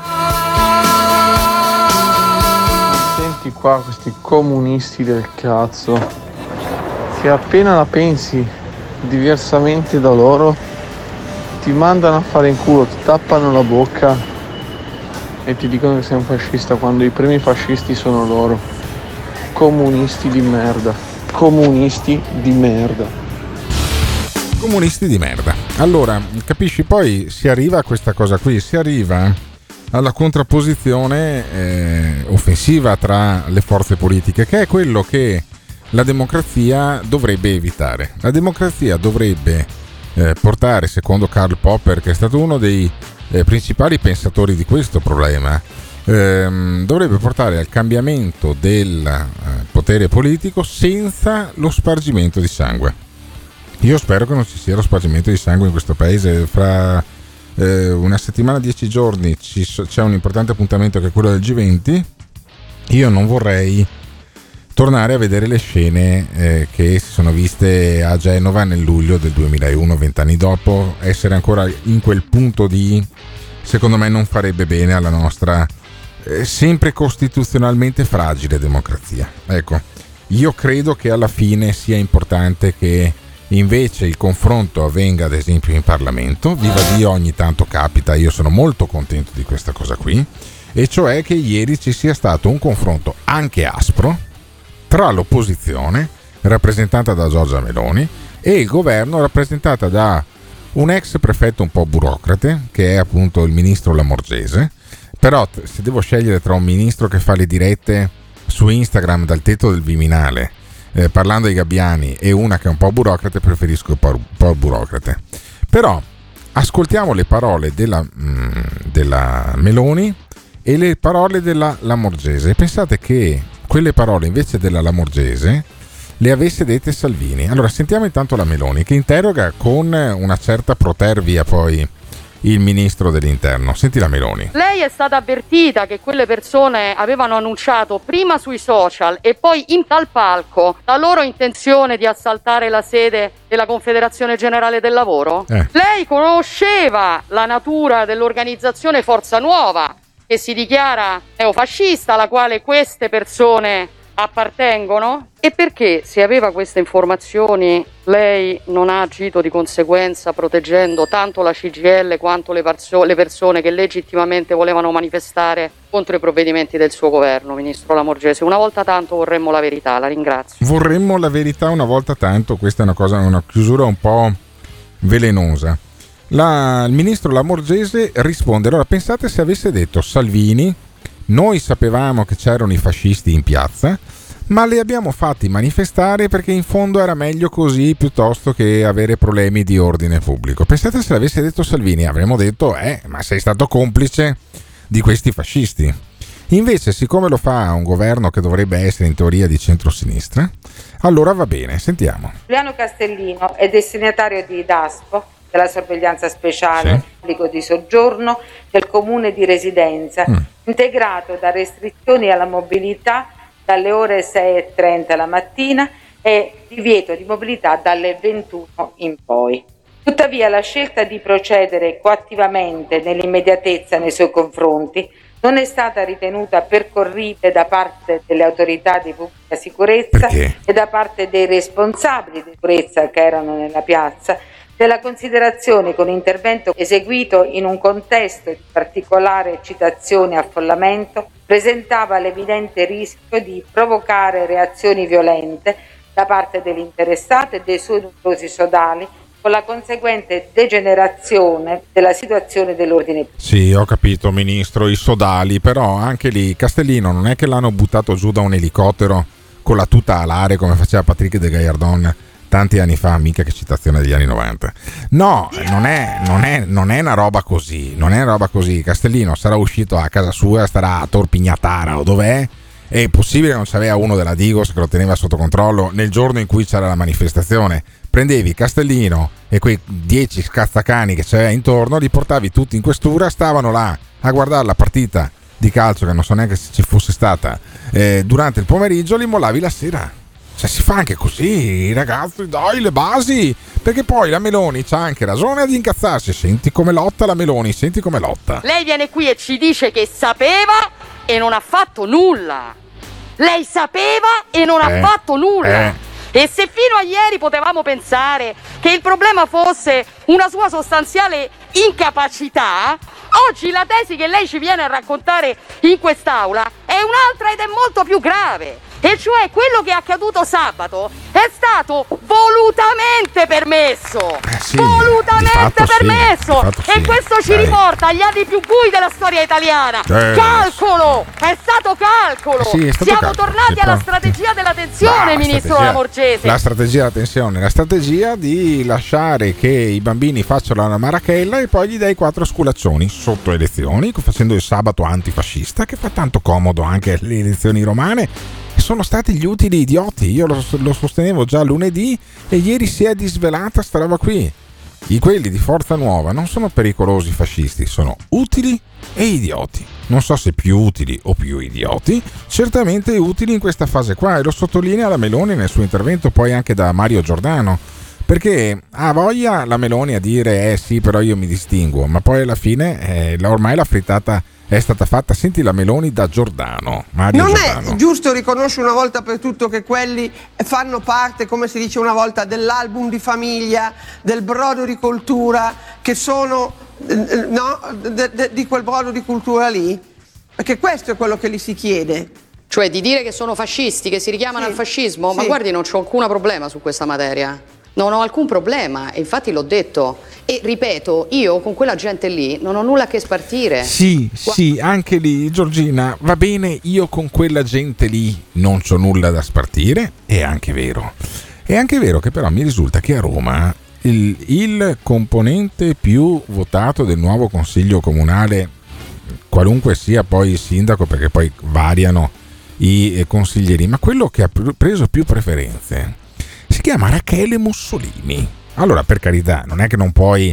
Senti qua questi comunisti del cazzo, che appena la pensi diversamente da loro ti mandano a fare in culo, ti tappano la bocca e ti dicono che sei un fascista quando i primi fascisti sono loro. Comunisti di merda. Comunisti di merda. Comunisti di merda. Allora, capisci, poi si arriva a questa cosa qui, si arriva alla contrapposizione offensiva tra le forze politiche, che è quello che la democrazia dovrebbe evitare. La democrazia dovrebbe portare, secondo Karl Popper, che è stato uno dei principali pensatori di questo problema, dovrebbe portare al cambiamento del potere politico senza lo spargimento di sangue. Io spero che non ci sia lo spargimento di sangue in questo paese. Fra una settimana, 10 giorni c'è un importante appuntamento che è quello del G20. Io non vorrei tornare a vedere le scene che si sono viste a Genova nel luglio del 2001, 20 anni dopo. Essere ancora in quel punto secondo me non farebbe bene alla nostra sempre costituzionalmente fragile democrazia. Ecco, io credo che alla fine sia importante che invece il confronto avvenga ad esempio in Parlamento. Viva Dio, ogni tanto capita, io sono molto contento di questa cosa qui, e cioè che ieri ci sia stato un confronto anche aspro tra l'opposizione rappresentata da Giorgia Meloni e il governo rappresentata da un ex prefetto un po' burocrate che è appunto il ministro Lamorgese. Però se devo scegliere tra un ministro che fa le dirette su Instagram dal tetto del Viminale parlando ai gabbiani e una che è un po' burocrate, preferisco un po' burocrate. Però ascoltiamo le parole della Meloni e le parole della Lamorgese. Pensate che quelle parole invece della Lamorgese le avesse dette Salvini. Allora sentiamo intanto la Meloni che interroga con una certa protervia poi il ministro dell'interno. Senti la Meloni. Lei è stata avvertita che quelle persone avevano annunciato prima sui social e poi dal palco la loro intenzione di assaltare la sede della Confederazione Generale del Lavoro? Lei conosceva la natura dell'organizzazione Forza Nuova, che si dichiara neofascista, alla quale queste persone appartengono? E perché, se aveva queste informazioni, lei non ha agito di conseguenza proteggendo tanto la CGIL quanto le persone che legittimamente volevano manifestare contro i provvedimenti del suo governo, ministro Lamorgese? Una volta tanto vorremmo la verità, la ringrazio. Vorremmo la verità una volta tanto, questa è una chiusura un po' velenosa. Il ministro Lamorgese risponde: allora pensate se avesse detto Salvini, noi sapevamo che c'erano i fascisti in piazza, ma li abbiamo fatti manifestare perché in fondo era meglio così piuttosto che avere problemi di ordine pubblico. Pensate se l'avesse detto Salvini, avremmo detto ma sei stato complice di questi fascisti. Invece, siccome lo fa un governo che dovrebbe essere in teoria di centrosinistra, allora va bene, sentiamo. Giuliano Castellino è destinatario di DASPO, della sorveglianza speciale, pubblico di soggiorno del comune di residenza, integrato da restrizioni alla mobilità dalle ore 6:30 la mattina e divieto di mobilità dalle 21 in poi. Tuttavia la scelta di procedere coattivamente nell'immediatezza nei suoi confronti non è stata ritenuta percorribile da parte delle autorità di pubblica sicurezza e da parte dei responsabili di sicurezza che erano nella piazza, della considerazione che un intervento eseguito in un contesto di particolare eccitazione e affollamento presentava l'evidente rischio di provocare reazioni violente da parte dell'interessato e dei suoi numerosi sodali, con la conseguente degenerazione della situazione dell'ordine pubblico. Sì, ho capito, Ministro, i sodali, però anche lì Castellino non è che l'hanno buttato giù da un elicottero con la tuta alare come faceva Patrick de Gaillardon tanti anni fa, mica che citazione degli anni 90. No, non è una roba così, non è una roba così. Castellino sarà uscito a casa sua, starà a Tor Pignatara o dov'è? È possibile che non c'aveva uno della Digos che lo teneva sotto controllo nel giorno in cui c'era la manifestazione? Prendevi Castellino e quei 10 scazzacani che c'aveva intorno, li portavi tutti in questura, stavano là a guardare la partita di calcio, che non so neanche se ci fosse stata, durante il pomeriggio, li mollavi la sera. Cioè si fa anche così, ragazzi, dai, le basi, perché poi la Meloni c'ha anche ragione ad incazzarsi. Senti come lotta la Meloni, senti come lotta. Lei viene qui e ci dice che sapeva e non ha fatto nulla. Lei sapeva e non ha fatto nulla. E se fino a ieri potevamo pensare che il problema fosse una sua sostanziale incapacità, oggi la tesi che lei ci viene a raccontare in quest'aula è un'altra ed è molto più grave. E cioè quello che è accaduto sabato è stato volutamente permesso, volutamente permesso, e questo ci riporta agli anni più bui della storia italiana. Calcolo, è stato calcolo. Siamo tornati alla strategia della tensione, Ministro Lamorgese. La strategia della tensione, la strategia di lasciare che i bambini facciano la marachella e poi gli dai 4 sculaccioni sotto elezioni, facendo il sabato antifascista, che fa tanto comodo anche alle elezioni romane. Sono stati gli utili idioti, io lo sostenevo già lunedì e ieri si è disvelata sta roba qui. Quelli di Forza Nuova non sono pericolosi fascisti, sono utili e idioti. Non so se più utili o più idioti, certamente utili in questa fase qua, e lo sottolinea la Meloni nel suo intervento, poi anche da Mario Giordano, perché ha voglia la Meloni a dire sì, però io mi distinguo, ma poi alla fine ormai la frittata è stata fatta. Senti la Meloni da Giordano. Mario non Giordano. È giusto riconoscere una volta per tutto che quelli fanno parte, come si dice una volta, dell'album di famiglia, del brodo di cultura, che sono di quel brodo di cultura lì? Perché questo è quello che gli si chiede. Cioè di dire che sono fascisti, che si richiamano al fascismo? Ma guardi, non c'ho alcun problema su questa materia. Non ho alcun problema, e infatti l'ho detto. E ripeto, io con quella gente lì non ho nulla che spartire. Sì, anche lì, Giorgina, va bene, io con quella gente lì non c'ho nulla da spartire, è anche vero. È anche vero che però mi risulta che a Roma il componente più votato del nuovo consiglio comunale, qualunque sia poi il sindaco, perché poi variano i consiglieri, ma quello che ha preso più preferenze si chiama Rachele Mussolini. Allora, per carità, non è che non puoi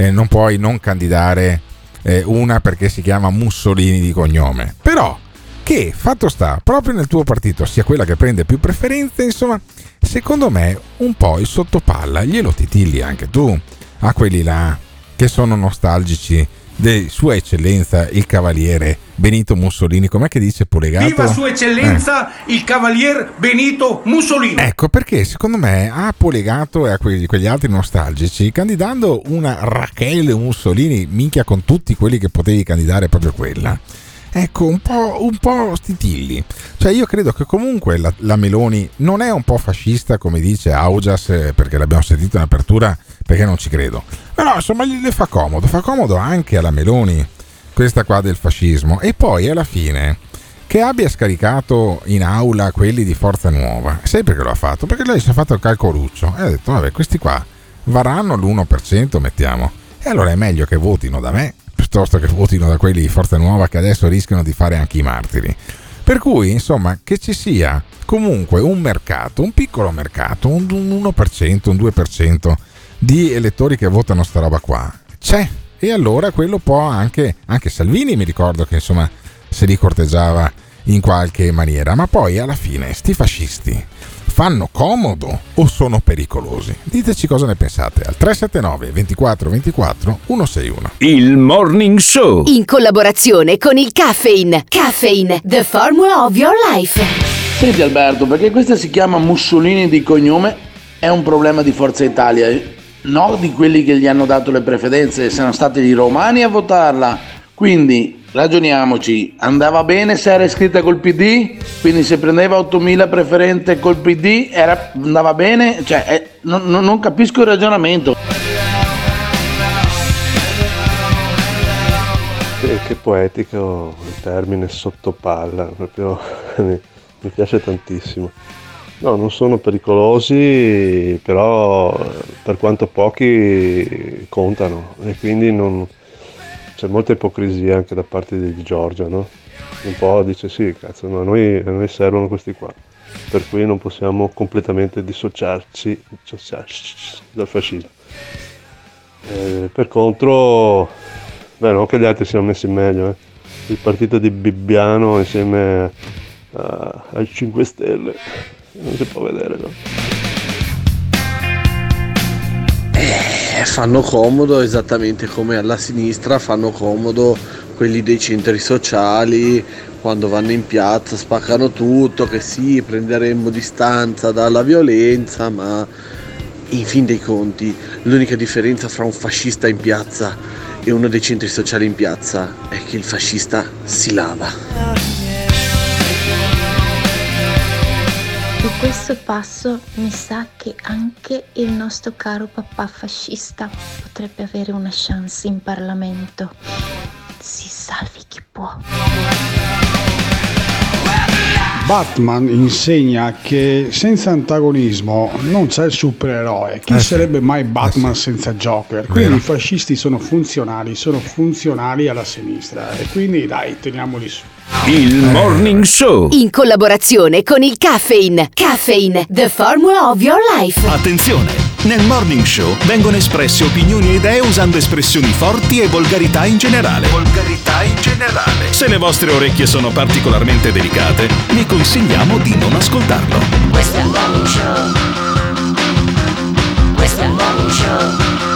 non candidare una perché si chiama Mussolini di cognome, però che fatto sta proprio nel tuo partito sia quella che prende più preferenze, insomma, secondo me un po' il sottopalla glielo titilli anche tu a quelli là che sono nostalgici di Sua Eccellenza il Cavaliere Benito Mussolini. Com'è che dice Polegato? Viva Sua Eccellenza il Cavalier Benito Mussolini. Ecco perché secondo me a Polegato e a quegli altri nostalgici, candidando una Rachele Mussolini, minchia, con tutti quelli che potevi candidare, proprio quella, ecco, un po' stitilli. Cioè io credo che comunque la Meloni non è un po' fascista come dice Augias, perché l'abbiamo sentito in apertura, perché non ci credo, però insomma le fa comodo anche alla Meloni questa qua del fascismo. E poi alla fine che abbia scaricato in aula quelli di Forza Nuova, sai perché lo ha fatto? Perché lei si è fatto il calcoluccio e ha detto vabbè, questi qua varranno l'1%, mettiamo, e allora è meglio che votino da me piuttosto che votino da quelli di Forza Nuova che adesso rischiano di fare anche i martiri. Per cui insomma che ci sia comunque un mercato, un piccolo mercato, un 1%, un 2% di elettori che votano sta roba qua c'è, e allora quello può anche Salvini, mi ricordo che insomma se li corteggiava in qualche maniera. Ma poi alla fine sti fascisti fanno comodo o sono pericolosi? Diteci cosa ne pensate al 379 24 24 161. Il Morning Show in collaborazione con il Caffeine. Caffeine, the formula of your life. Senti Alberto, perché questa si chiama Mussolini di cognome, è un problema di Forza Italia. no di quelli che gli hanno dato le preferenze, sono stati i romani a votarla. Quindi ragioniamoci, andava bene se era iscritta col PD? Quindi se prendeva 8.000 preferenze col PD andava bene? Cioè, non capisco il ragionamento. Che poetico il termine sottopalla, proprio mi piace tantissimo. No, non sono pericolosi, però per quanto pochi contano e quindi c'è molta ipocrisia anche da parte di Giorgia, no? Un po' dice sì, cazzo, no, a noi servono questi qua, per cui non possiamo completamente dissociarci dal fascismo. Per contro, non che gli altri siano messi meglio, il partito di Bibbiano insieme ai 5 Stelle non si può vedere, no? Fanno comodo esattamente come alla sinistra, fanno comodo quelli dei centri sociali, quando vanno in piazza spaccano tutto, che sì, prenderemmo distanza dalla violenza, ma in fin dei conti l'unica differenza fra un fascista in piazza e uno dei centri sociali in piazza è che il fascista si lava. Su questo passo mi sa che anche il nostro caro papà fascista potrebbe avere una chance in Parlamento. Si salvi chi può. Batman insegna che senza antagonismo non c'è il supereroe. Chi sarebbe mai Batman senza Joker? Quindi i fascisti sono funzionali alla sinistra e quindi dai, teniamoli su. Il Morning Show, in collaborazione con il Caffeine. Caffeine, the formula of your life. Attenzione! Nel Morning Show vengono espresse opinioni e idee usando espressioni forti e volgarità in generale. Se le vostre orecchie sono particolarmente delicate, vi consigliamo di non ascoltarlo. Questo è il Morning Show. Questo è il Morning Show.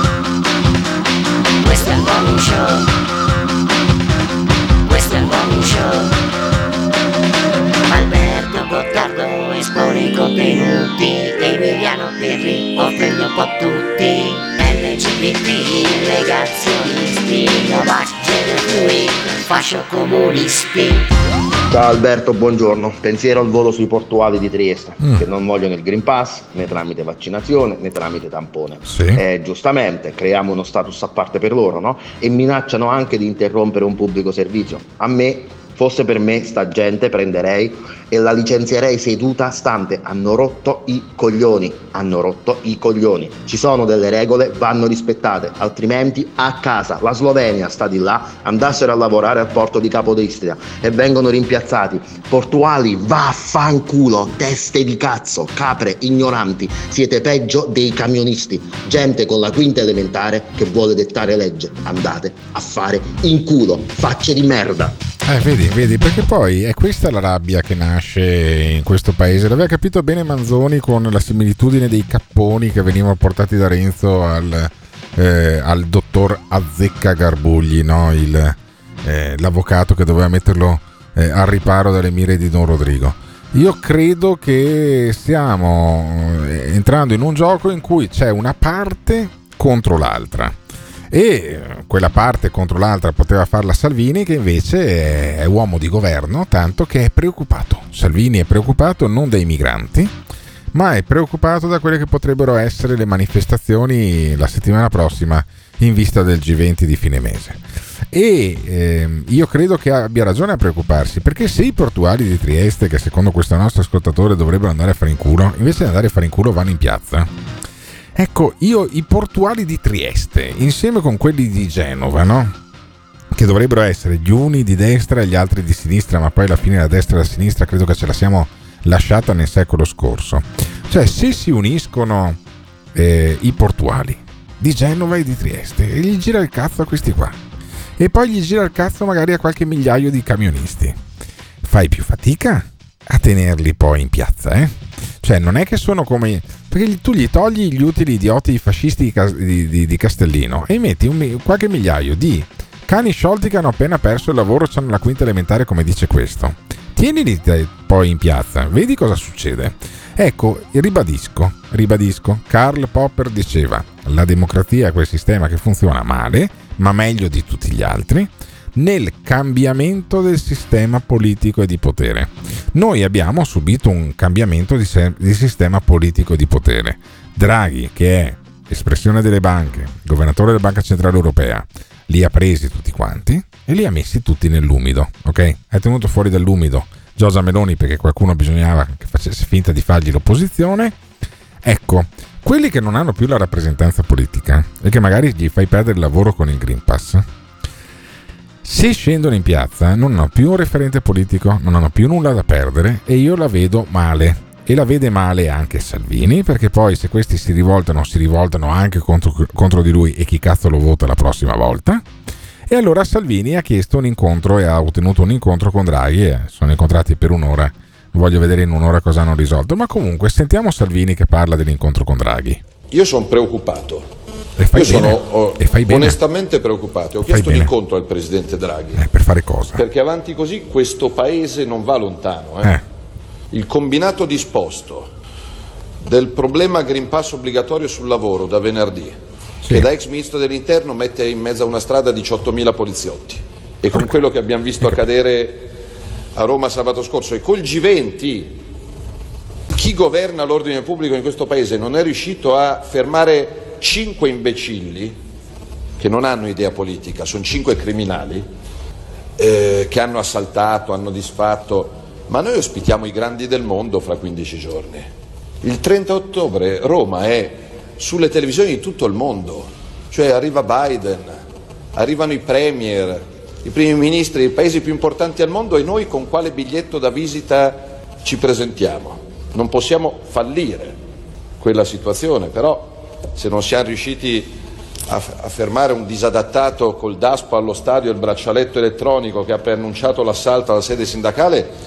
Questo è il Morning Show. Questo è il Morning Show. Alberto Gottardo espone i contenuti, Emiliano Pirri offende un po' tutti. LGBT, negazionisti, Novax, gender fluid, fascio comunisti. Ciao Alberto, buongiorno. Pensiero al volo sui portuali di Trieste, che non vogliono il Green Pass né tramite vaccinazione né tramite tampone. Giustamente creiamo uno status a parte per loro, no? E minacciano anche di interrompere un pubblico servizio. A me, fosse per me, sta gente prenderei e la licenzierei seduta stante. Hanno rotto i coglioni. Ci sono delle regole, vanno rispettate, altrimenti a casa. La Slovenia sta di là, andassero a lavorare al porto di Capodistria e vengono rimpiazzati. Portuali, vaffanculo, teste di cazzo, capre, ignoranti, siete peggio dei camionisti. Gente con la quinta elementare che vuole dettare legge. Andate a fare in culo, facce di merda. Vedi, perché poi è questa la rabbia che nasce in questo paese. L'aveva capito bene Manzoni con la similitudine dei capponi che venivano portati da Renzo al dottor Azzecca Garbugli, no? L'avvocato che doveva metterlo al riparo dalle mire di Don Rodrigo. Io credo che stiamo entrando in un gioco in cui c'è una parte contro l'altra. E quella parte contro l'altra poteva farla Salvini, che invece è uomo di governo, tanto che è preoccupato. Salvini è preoccupato non dai migranti, ma è preoccupato da quelle che potrebbero essere le manifestazioni la settimana prossima in vista del G20 di fine mese. E io credo che abbia ragione a preoccuparsi, perché se i portuali di Trieste, che secondo questo nostro ascoltatore dovrebbero andare a fare in culo, invece di andare a fare in culo vanno in piazza. Ecco, i portuali di Trieste, insieme con quelli di Genova, no? Che dovrebbero essere gli uni di destra e gli altri di sinistra, ma poi alla fine la destra e la sinistra credo che ce la siamo lasciata nel secolo scorso. Cioè, se si uniscono i portuali di Genova e di Trieste e gli gira il cazzo a questi qua, e poi gli gira il cazzo magari a qualche migliaio di camionisti, fai più fatica a tenerli poi in piazza, Cioè, non è che sono come... Perché tu gli togli gli utili idioti fascisti di Castellino e metti qualche migliaio di cani sciolti che hanno appena perso il lavoro, hanno la quinta elementare, come dice questo. tienili poi in piazza, vedi cosa succede. Ecco, ribadisco, Karl Popper diceva: la democrazia è quel sistema che funziona male, ma meglio di tutti gli altri, nel cambiamento del sistema politico e di potere. Noi abbiamo subito un cambiamento di sistema politico e di potere. Draghi, che è espressione delle banche, governatore della Banca Centrale Europea, li ha presi tutti quanti e li ha messi tutti nell'umido, ok? Ha tenuto fuori dall'umido Giorgia Meloni perché qualcuno bisognava che facesse finta di fargli l'opposizione. Ecco, quelli che non hanno più la rappresentanza politica e che magari gli fai perdere il lavoro con il Green Pass, se scendono in piazza non hanno più un referente politico, non hanno più nulla da perdere, e io la vedo male. E la vede male anche Salvini, perché poi se questi si rivoltano anche contro di lui, e chi cazzo lo vota la prossima volta. E allora Salvini ha chiesto un incontro e ha ottenuto un incontro con Draghi, e sono incontrati per un'ora. Voglio vedere in un'ora cosa hanno risolto, ma comunque sentiamo Salvini che parla dell'incontro con Draghi. Io sono preoccupato. Sono onestamente preoccupato. Ho chiesto un incontro al presidente Draghi. Per fare cosa? Perché avanti così questo paese non va lontano. Il combinato disposto del problema Green Pass obbligatorio sul lavoro da venerdì, che da ex ministro dell'interno mette in mezzo a una strada 18.000 poliziotti, e con quello che abbiamo visto accadere a Roma sabato scorso, e col G20, chi governa l'ordine pubblico in questo paese non è riuscito a fermare 5 imbecilli che non hanno idea politica, sono 5 criminali che hanno assaltato, hanno disfatto. Ma noi ospitiamo i grandi del mondo fra 15 giorni. Il 30 ottobre Roma è sulle televisioni di tutto il mondo, cioè arriva Biden, arrivano i premier, i primi ministri dei paesi più importanti al mondo, e noi con quale biglietto da visita ci presentiamo? Non possiamo fallire quella situazione, però se non siamo riusciti a fermare un disadattato col DASPO allo stadio e il braccialetto elettronico che ha preannunciato l'assalto alla sede sindacale,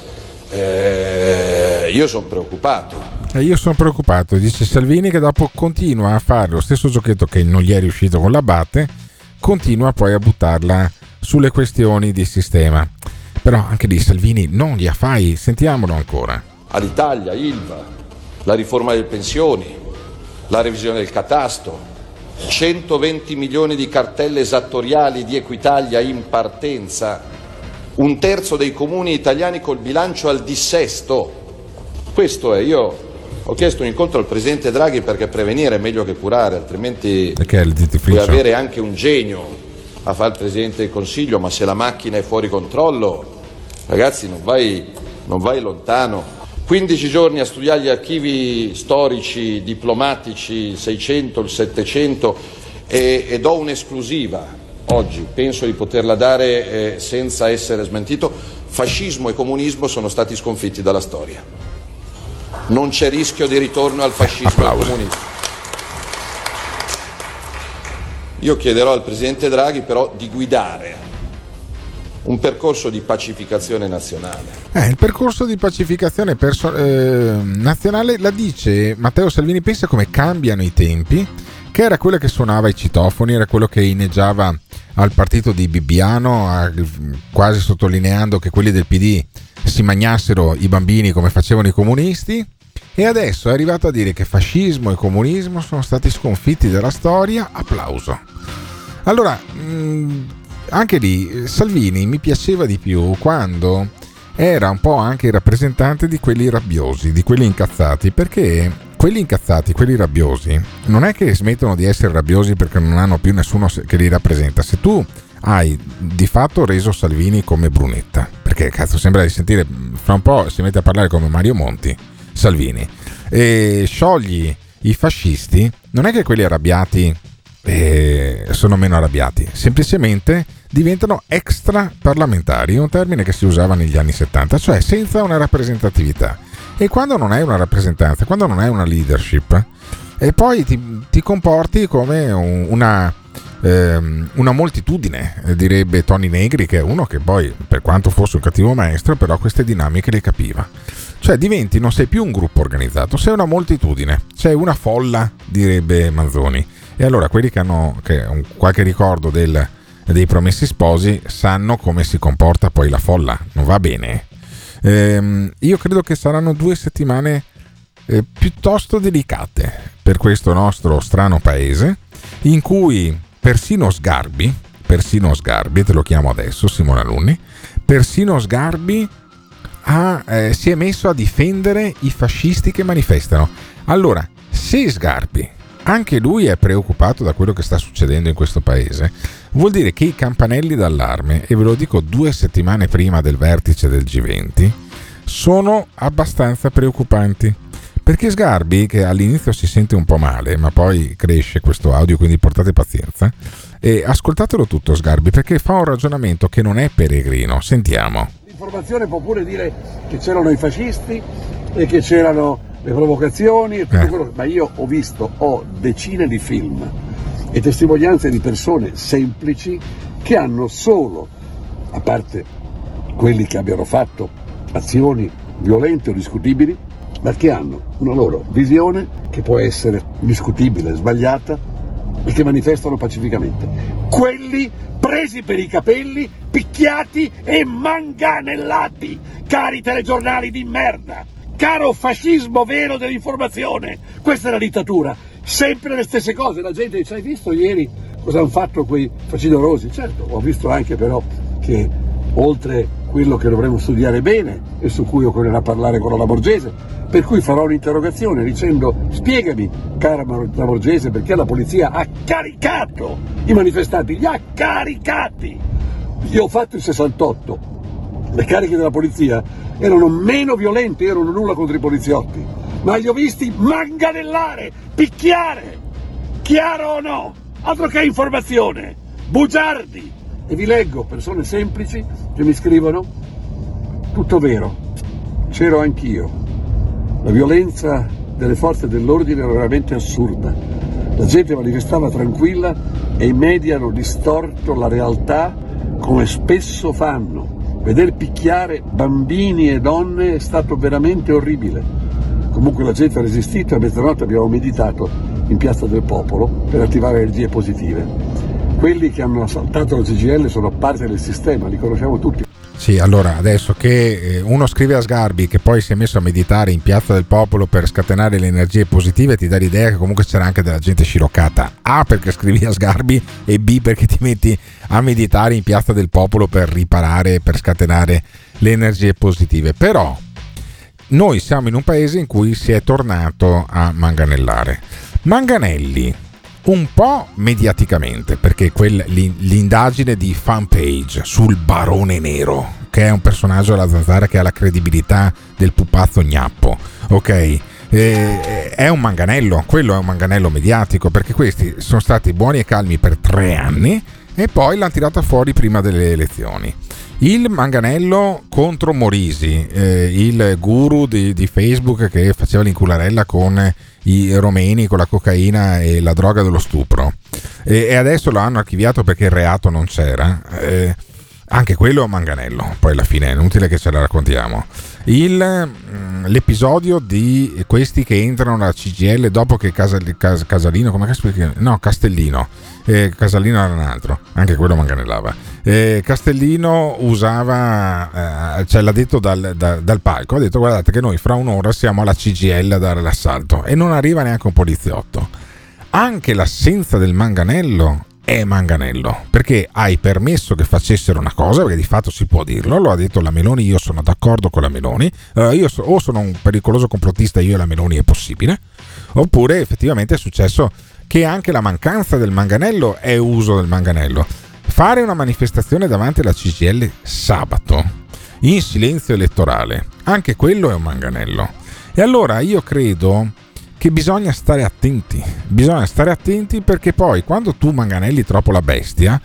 io sono preoccupato. Io sono preoccupato, dice Salvini, che dopo continua a fare lo stesso giochetto che non gli è riuscito con l'Abate, continua poi a buttarla sulle questioni di sistema. Però anche lì Salvini non gli affai, sentiamolo ancora. All'Italia, Ilva, la riforma delle pensioni, la revisione del catasto, 120 milioni di cartelle esattoriali di Equitalia in partenza, un terzo dei comuni italiani col bilancio al dissesto. Questo è. Io ho chiesto un incontro al presidente Draghi perché prevenire è meglio che curare, altrimenti puoi avere anche un genio a fare il presidente del Consiglio, ma se la macchina è fuori controllo, ragazzi, non vai lontano. 15 giorni a studiare gli archivi storici, diplomatici, 600, il 700, e do un'esclusiva. Oggi penso di poterla dare senza essere smentito: fascismo e comunismo sono stati sconfitti dalla storia. Non c'è rischio di ritorno al fascismo e al comunismo. Io chiederò al presidente Draghi però di guidare un percorso di pacificazione nazionale. Il percorso di pacificazione nazionale la dice Matteo Salvini. Pensa come cambiano i tempi, che era quello che suonava i citofoni, era quello che inneggiava al partito di Bibbiano, quasi sottolineando che quelli del PD si magnassero i bambini come facevano i comunisti, e adesso è arrivato a dire che fascismo e comunismo sono stati sconfitti dalla storia. Applauso. Allora, anche lì Salvini mi piaceva di più quando era un po' anche il rappresentante di quelli rabbiosi, di quelli incazzati, perché quelli incazzati, quelli rabbiosi, non è che smettono di essere rabbiosi perché non hanno più nessuno che li rappresenta. Se tu hai di fatto reso Salvini come Brunetta, perché cazzo sembra di sentire, fra un po' si mette a parlare come Mario Monti, Salvini, e sciogli i fascisti, non è che quelli arrabbiati sono meno arrabbiati, semplicemente diventano extra parlamentari, un termine che si usava negli anni 70, cioè senza una rappresentatività. E quando non hai una rappresentanza, quando non hai una leadership, e poi ti comporti come una moltitudine, direbbe Tony Negri, che è uno che poi, per quanto fosse un cattivo maestro, però queste dinamiche le capiva. Cioè diventi, non sei più un gruppo organizzato, sei una moltitudine, sei una folla, direbbe Manzoni. E allora quelli che hanno qualche ricordo dei Promessi Sposi sanno come si comporta poi la folla, non va bene. Io credo che saranno 2 settimane piuttosto delicate per questo nostro strano paese, in cui persino Sgarbi, te lo chiamo adesso, Simone Alunni, persino Sgarbi si è messo a difendere i fascisti che manifestano. Allora, se Sgarbi, anche lui, è preoccupato da quello che sta succedendo in questo paese, vuol dire che i campanelli d'allarme, e ve lo dico 2 settimane prima del vertice del G20, sono abbastanza preoccupanti. Perché Sgarbi, che all'inizio si sente un po' male, ma poi cresce questo audio, quindi portate pazienza, e ascoltatelo tutto Sgarbi, perché fa un ragionamento che non è peregrino. Sentiamo. L'informazione può pure dire che c'erano i fascisti e che c'erano le provocazioni e tutto quello, ma io ho decine di film e testimonianze di persone semplici che hanno solo, a parte quelli che abbiano fatto azioni violente o discutibili, ma che hanno una loro visione che può essere discutibile, sbagliata, e che manifestano pacificamente. Quelli presi per i capelli, picchiati e manganellati, cari telegiornali di merda, caro fascismo vero dell'informazione. Questa è la dittatura, sempre le stesse cose. La gente dice: hai visto ieri cosa hanno fatto quei facinorosi? Certo, ho visto anche però che oltre quello che dovremmo studiare bene e su cui occorrerà parlare con la Lamorgese, per cui farò un'interrogazione dicendo: spiegami, cara Lamorgese, perché la polizia ha caricato i manifestanti, li ha caricati. Io ho fatto il 68, le cariche della polizia erano meno violente, erano nulla contro i poliziotti, ma li ho visti manganellare, picchiare, chiaro o no? Altro che informazione, bugiardi. E vi leggo persone semplici che mi scrivono: tutto vero, c'ero anch'io, la violenza delle forze dell'ordine era veramente assurda, la gente manifestava tranquilla e i media hanno distorto la realtà come spesso fanno. Veder picchiare bambini e donne è stato veramente orribile. Comunque la gente ha resistito e a mezzanotte abbiamo meditato in Piazza del Popolo per attivare energie positive. Quelli che hanno assaltato la CGIL sono parte del sistema, li conosciamo tutti. Sì, allora adesso che uno scrive a Sgarbi che poi si è messo a meditare in Piazza del Popolo per scatenare le energie positive, ti dà l'idea che comunque c'era anche della gente sciroccata. A, perché scrivi a Sgarbi, e B, perché ti metti a meditare in Piazza del Popolo per riparare, per scatenare le energie positive. Però noi siamo in un paese in cui si è tornato a manganellare. Manganelli un po' mediaticamente, perché l'indagine di Fanpage sul Barone Nero, che è un personaggio della Zanzara che ha la credibilità del pupazzo gnappo, ok? È un manganello, quello è un manganello mediatico, perché questi sono stati buoni e calmi per 3 anni e poi l'hanno tirata fuori prima delle elezioni. Il manganello contro Morisi, il guru di Facebook che faceva l'incularella con i romeni, con la cocaina e la droga dello stupro, e adesso lo hanno archiviato perché il reato non c'era. Anche quello è un manganello, poi alla fine è inutile che ce la raccontiamo. L'episodio di questi che entrano alla CGIL dopo che Casalino, come no, Castellino, Casalino era un altro, anche quello manganellava. Castellino usava, l'ha detto dal palco, ha detto: guardate che noi fra un'ora siamo alla CGIL a dare l'assalto, e non arriva neanche un poliziotto. Anche l'assenza del manganello è manganello, perché hai permesso che facessero una cosa, perché di fatto si può dirlo, lo ha detto la Meloni, io sono d'accordo con la Meloni, o sono un pericoloso complottista, io e la Meloni è possibile, oppure effettivamente è successo che anche la mancanza del manganello è uso del manganello. Fare una manifestazione davanti alla CGIL sabato in silenzio elettorale, anche quello è un manganello. E allora io credo che bisogna stare attenti perché poi quando tu manganelli troppo la bestia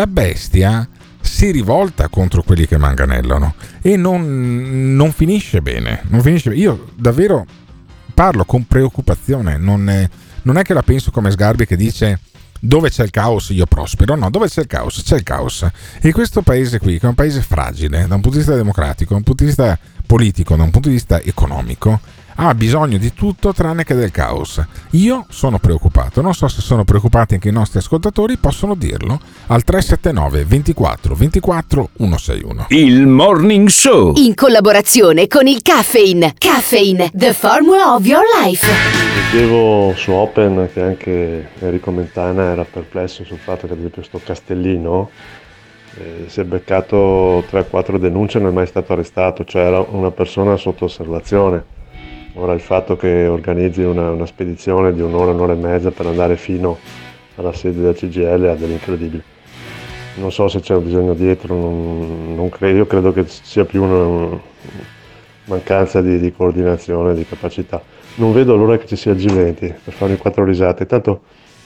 si rivolta contro quelli che manganellano e non finisce bene, Io davvero parlo con preoccupazione, non è che la penso come Sgarbi che dice: dove c'è il caos io prospero. No, dove c'è il caos c'è il caos, e questo paese qui, che è un paese fragile da un punto di vista democratico, da un punto di vista politico, da un punto di vista economico, ha bisogno di tutto tranne che del caos. Io sono preoccupato, non so se sono preoccupati anche i nostri ascoltatori, possono dirlo al 379 24 24 161. Il Morning Show in collaborazione con il Caffeine. Caffeine, the formula of your life. Leggevo su Open che anche Enrico Mentana era perplesso sul fatto che ad esempio sto Castellino si è beccato 3-4 denunce e non è mai stato arrestato, cioè era una persona sotto osservazione. Ora il fatto che organizzi una spedizione di un'ora e mezza per andare fino alla sede della CGIL ha dell'incredibile. Non so se c'è un disegno dietro, non credo, io credo che sia più una mancanza di coordinazione, di capacità. Non vedo l'ora che ci sia il G20 per farmi 4 risate, tanto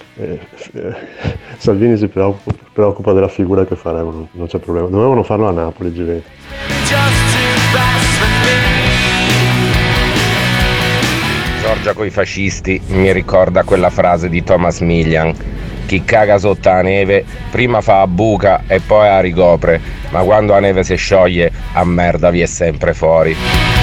Salvini si preoccupa della figura che faremo, non c'è problema. Dovevano farlo a Napoli il G20. Giorgia coi fascisti mi ricorda quella frase di Thomas Millian: chi caga sotto la neve prima fa a buca e poi la ricopre, ma quando la neve si scioglie a merda vi è sempre fuori.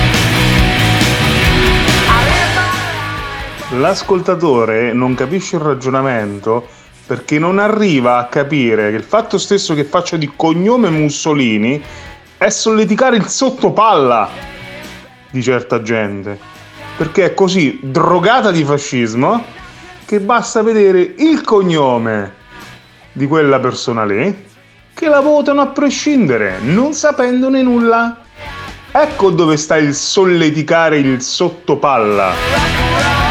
L'ascoltatore non capisce il ragionamento perché non arriva a capire che il fatto stesso che faccia di cognome Mussolini è solleticare il sottopalla di certa gente, perché è così drogata di fascismo che basta vedere il cognome di quella persona lì che la votano a prescindere, non sapendone nulla. Ecco dove sta il solleticare il sottopalla.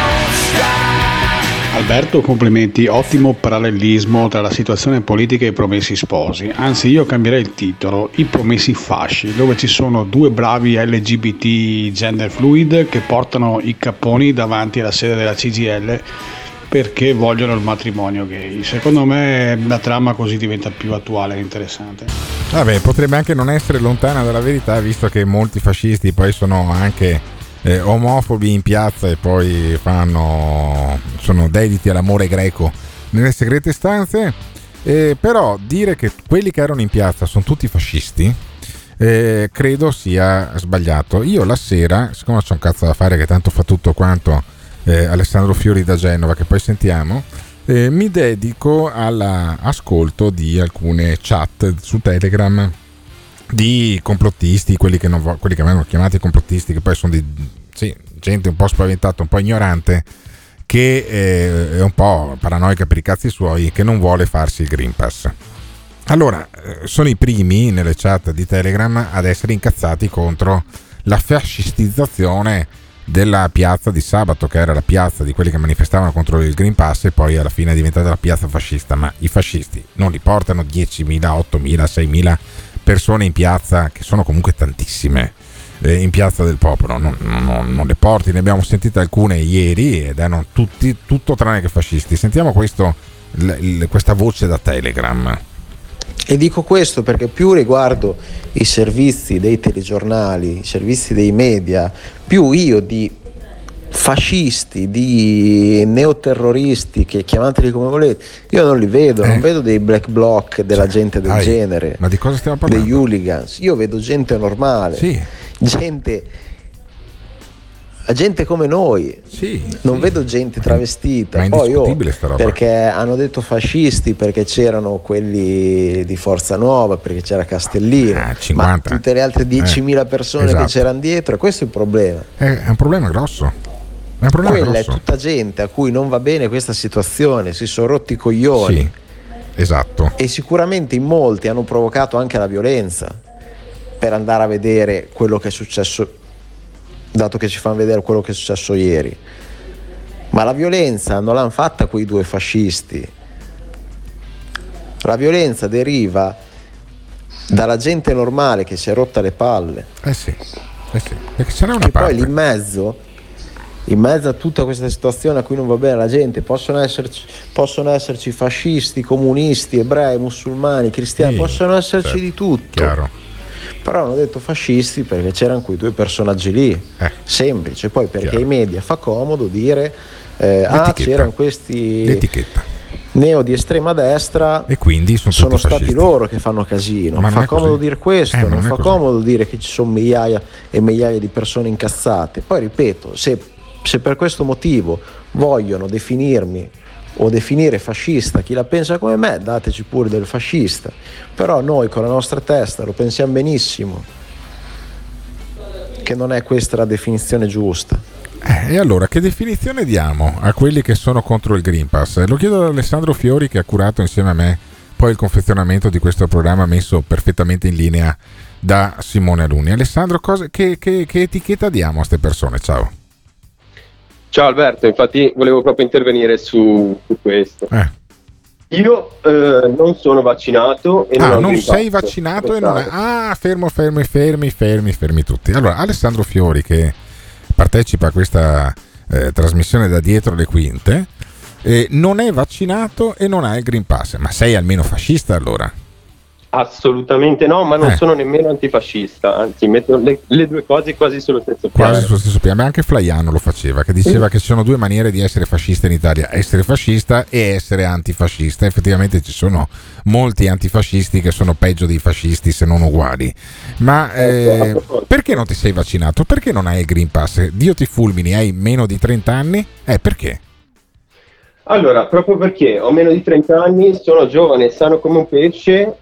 Alberto, complimenti, ottimo parallelismo tra la situazione politica e i promessi sposi. Anzi, io cambierei il titolo, i promessi fasci, dove ci sono 2 bravi LGBT gender fluid che portano i capponi davanti alla sede della CGIL perché vogliono il matrimonio gay. Secondo me la trama così diventa più attuale e interessante. Vabbè, potrebbe anche non essere lontana dalla verità, visto che molti fascisti poi sono anche omofobi in piazza e poi sono dediti all'amore greco nelle segrete stanze, però dire che quelli che erano in piazza sono tutti fascisti credo sia sbagliato. Io la sera, siccome c'ho un cazzo da fare che tanto fa tutto quanto Alessandro Fiori da Genova, che poi sentiamo, mi dedico all'ascolto di alcune chat su Telegram di complottisti, quelli che vengono chiamati complottisti, che poi sono gente un po' spaventata, un po' ignorante, che è un po' paranoica per i cazzi suoi, che non vuole farsi il Green Pass. Allora, sono i primi nelle chat di Telegram ad essere incazzati contro la fascistizzazione della piazza di sabato, che era la piazza di quelli che manifestavano contro il Green Pass e poi alla fine è diventata la piazza fascista. Ma i fascisti non li portano 10.000, 8.000, 6.000 persone in piazza, che sono comunque tantissime, in piazza del popolo, non le porti. Ne abbiamo sentite alcune ieri ed erano tutto tranne che fascisti. Sentiamo questa voce da Telegram. E dico questo perché più riguardo i servizi dei telegiornali, i servizi dei media, più io di fascisti, di neoterroristi, che chiamateli come volete, io non li vedo, non vedo dei black bloc della gente del genere. Ma di cosa stiamo parlando? Degli hooligans. Io vedo gente normale, gente come noi, non vedo gente travestita. Ma è poi indiscutibile sta roba. Perché hanno detto fascisti, perché c'erano quelli di Forza Nuova, perché c'era Castellino, 50. ma tutte le altre 10.000 persone esatto. che c'erano dietro, e questo è il problema. È un problema grosso. Quella è tutta gente a cui non va bene questa situazione, si sono rotti i coglioni. Sì, esatto. E sicuramente in molti hanno provocato anche la violenza per andare a vedere quello che è successo, dato che ci fanno vedere quello che è successo ieri. Ma la violenza non l'hanno fatta quei 2 fascisti. La violenza deriva dalla gente normale che si è rotta le palle. Sì. Perché ce n'è una e parte. Poi in mezzo a tutta questa situazione a cui non va bene la gente, possono esserci fascisti, comunisti, ebrei, musulmani, cristiani, possono esserci di tutto. Chiaro. Però hanno detto fascisti perché c'erano quei 2 personaggi lì, semplice. Poi perché ai media fa comodo dire c'erano questi neo di estrema destra e quindi sono stati loro che fanno casino. Ma fa comodo dire questo, non fa comodo dire che ci sono migliaia e migliaia di persone incazzate. Poi ripeto, se Se per questo motivo vogliono definirmi o definire fascista chi la pensa come me, dateci pure del fascista, però noi con la nostra testa lo pensiamo benissimo che non è questa la definizione giusta. E allora che definizione diamo a quelli che sono contro il Green Pass? Lo chiedo ad Alessandro Fiori, che ha curato insieme a me poi il confezionamento di questo programma messo perfettamente in linea da Simone Alunni. Alessandro, che etichetta diamo a queste persone? Ciao. Ciao Alberto, infatti volevo proprio intervenire su questo. Io non sono vaccinato e non sei vaccinato e non è... fermi tutti. Allora, Alessandro Fiori, che partecipa a questa trasmissione da dietro le quinte, non è vaccinato e non ha il Green Pass. Ma sei almeno fascista allora? Assolutamente no, ma non sono nemmeno antifascista, anzi metto le due cose quasi sullo stesso piano. Quasi sullo stesso piano, ma anche Flaiano lo faceva, che diceva che ci sono due maniere di essere fascista in Italia: essere fascista e essere antifascista. Effettivamente ci sono molti antifascisti che sono peggio dei fascisti, se non uguali. Ma perché non ti sei vaccinato? Perché non hai il Green Pass? Dio ti fulmini, hai meno di 30 anni? Perché? Allora, proprio perché ho meno di 30 anni, sono giovane, sano come un pesce,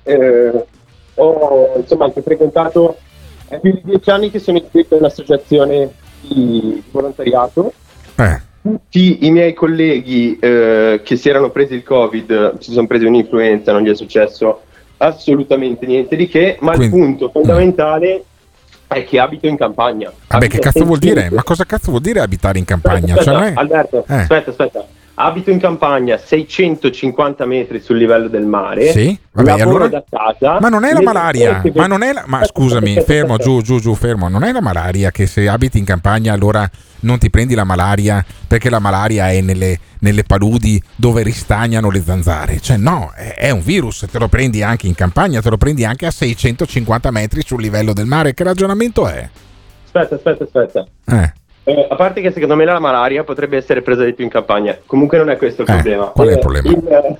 ho insomma anche frequentato, è più di 10 anni che sono iscritto in un'associazione di volontariato. Tutti i miei colleghi che si erano presi il Covid, si sono presi un'influenza, non gli è successo assolutamente niente di che, ma il punto fondamentale è che abito in campagna. Che cazzo vuol dire? Ma cosa cazzo vuol dire abitare in campagna? Aspetta, Alberto, aspetta. Abito in campagna 650 metri sul livello del mare. Sì, lavoro da casa. Ma non è la malaria? Ma scusami, fermo, giù, fermo. Non è la malaria che se abiti in campagna allora non ti prendi la malaria perché la malaria è nelle paludi dove ristagnano le zanzare? Cioè no, è un virus, te lo prendi anche in campagna, te lo prendi anche a 650 metri sul livello del mare. Che ragionamento è? Aspetta. A parte che secondo me la malaria potrebbe essere presa di più in campagna. Comunque non è questo il problema. Qual è il problema?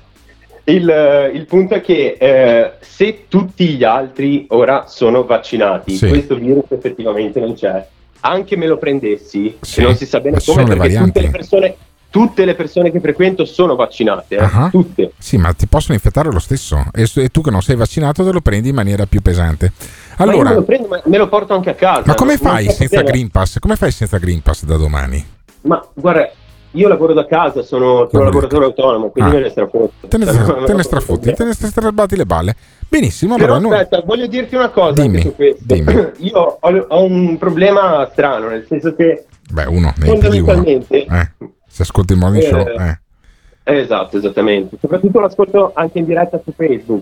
Il punto è che se tutti gli altri ora sono vaccinati, questo virus effettivamente non c'è. Anche me lo prendessi, e non si sa bene come, perché tutte le persone che frequento sono vaccinate, tutte. Sì, ma ti possono infettare lo stesso. E tu che non sei vaccinato te lo prendi in maniera più pesante. Allora, ma io me lo prendo, ma me lo porto anche a casa. Ma come fai senza Green Pass? Come fai senza Green Pass da domani? Ma guarda, io lavoro da casa, sono lavoratore autonomo, quindi me ne strafotti. Te ne strabatti le balle. Benissimo, però allora aspetta, voglio dirti una cosa anche su questo. Io ho un problema strano, nel senso che fondamentalmente se ascolti il morning show esatto, esattamente, soprattutto l'ascolto anche in diretta su Facebook.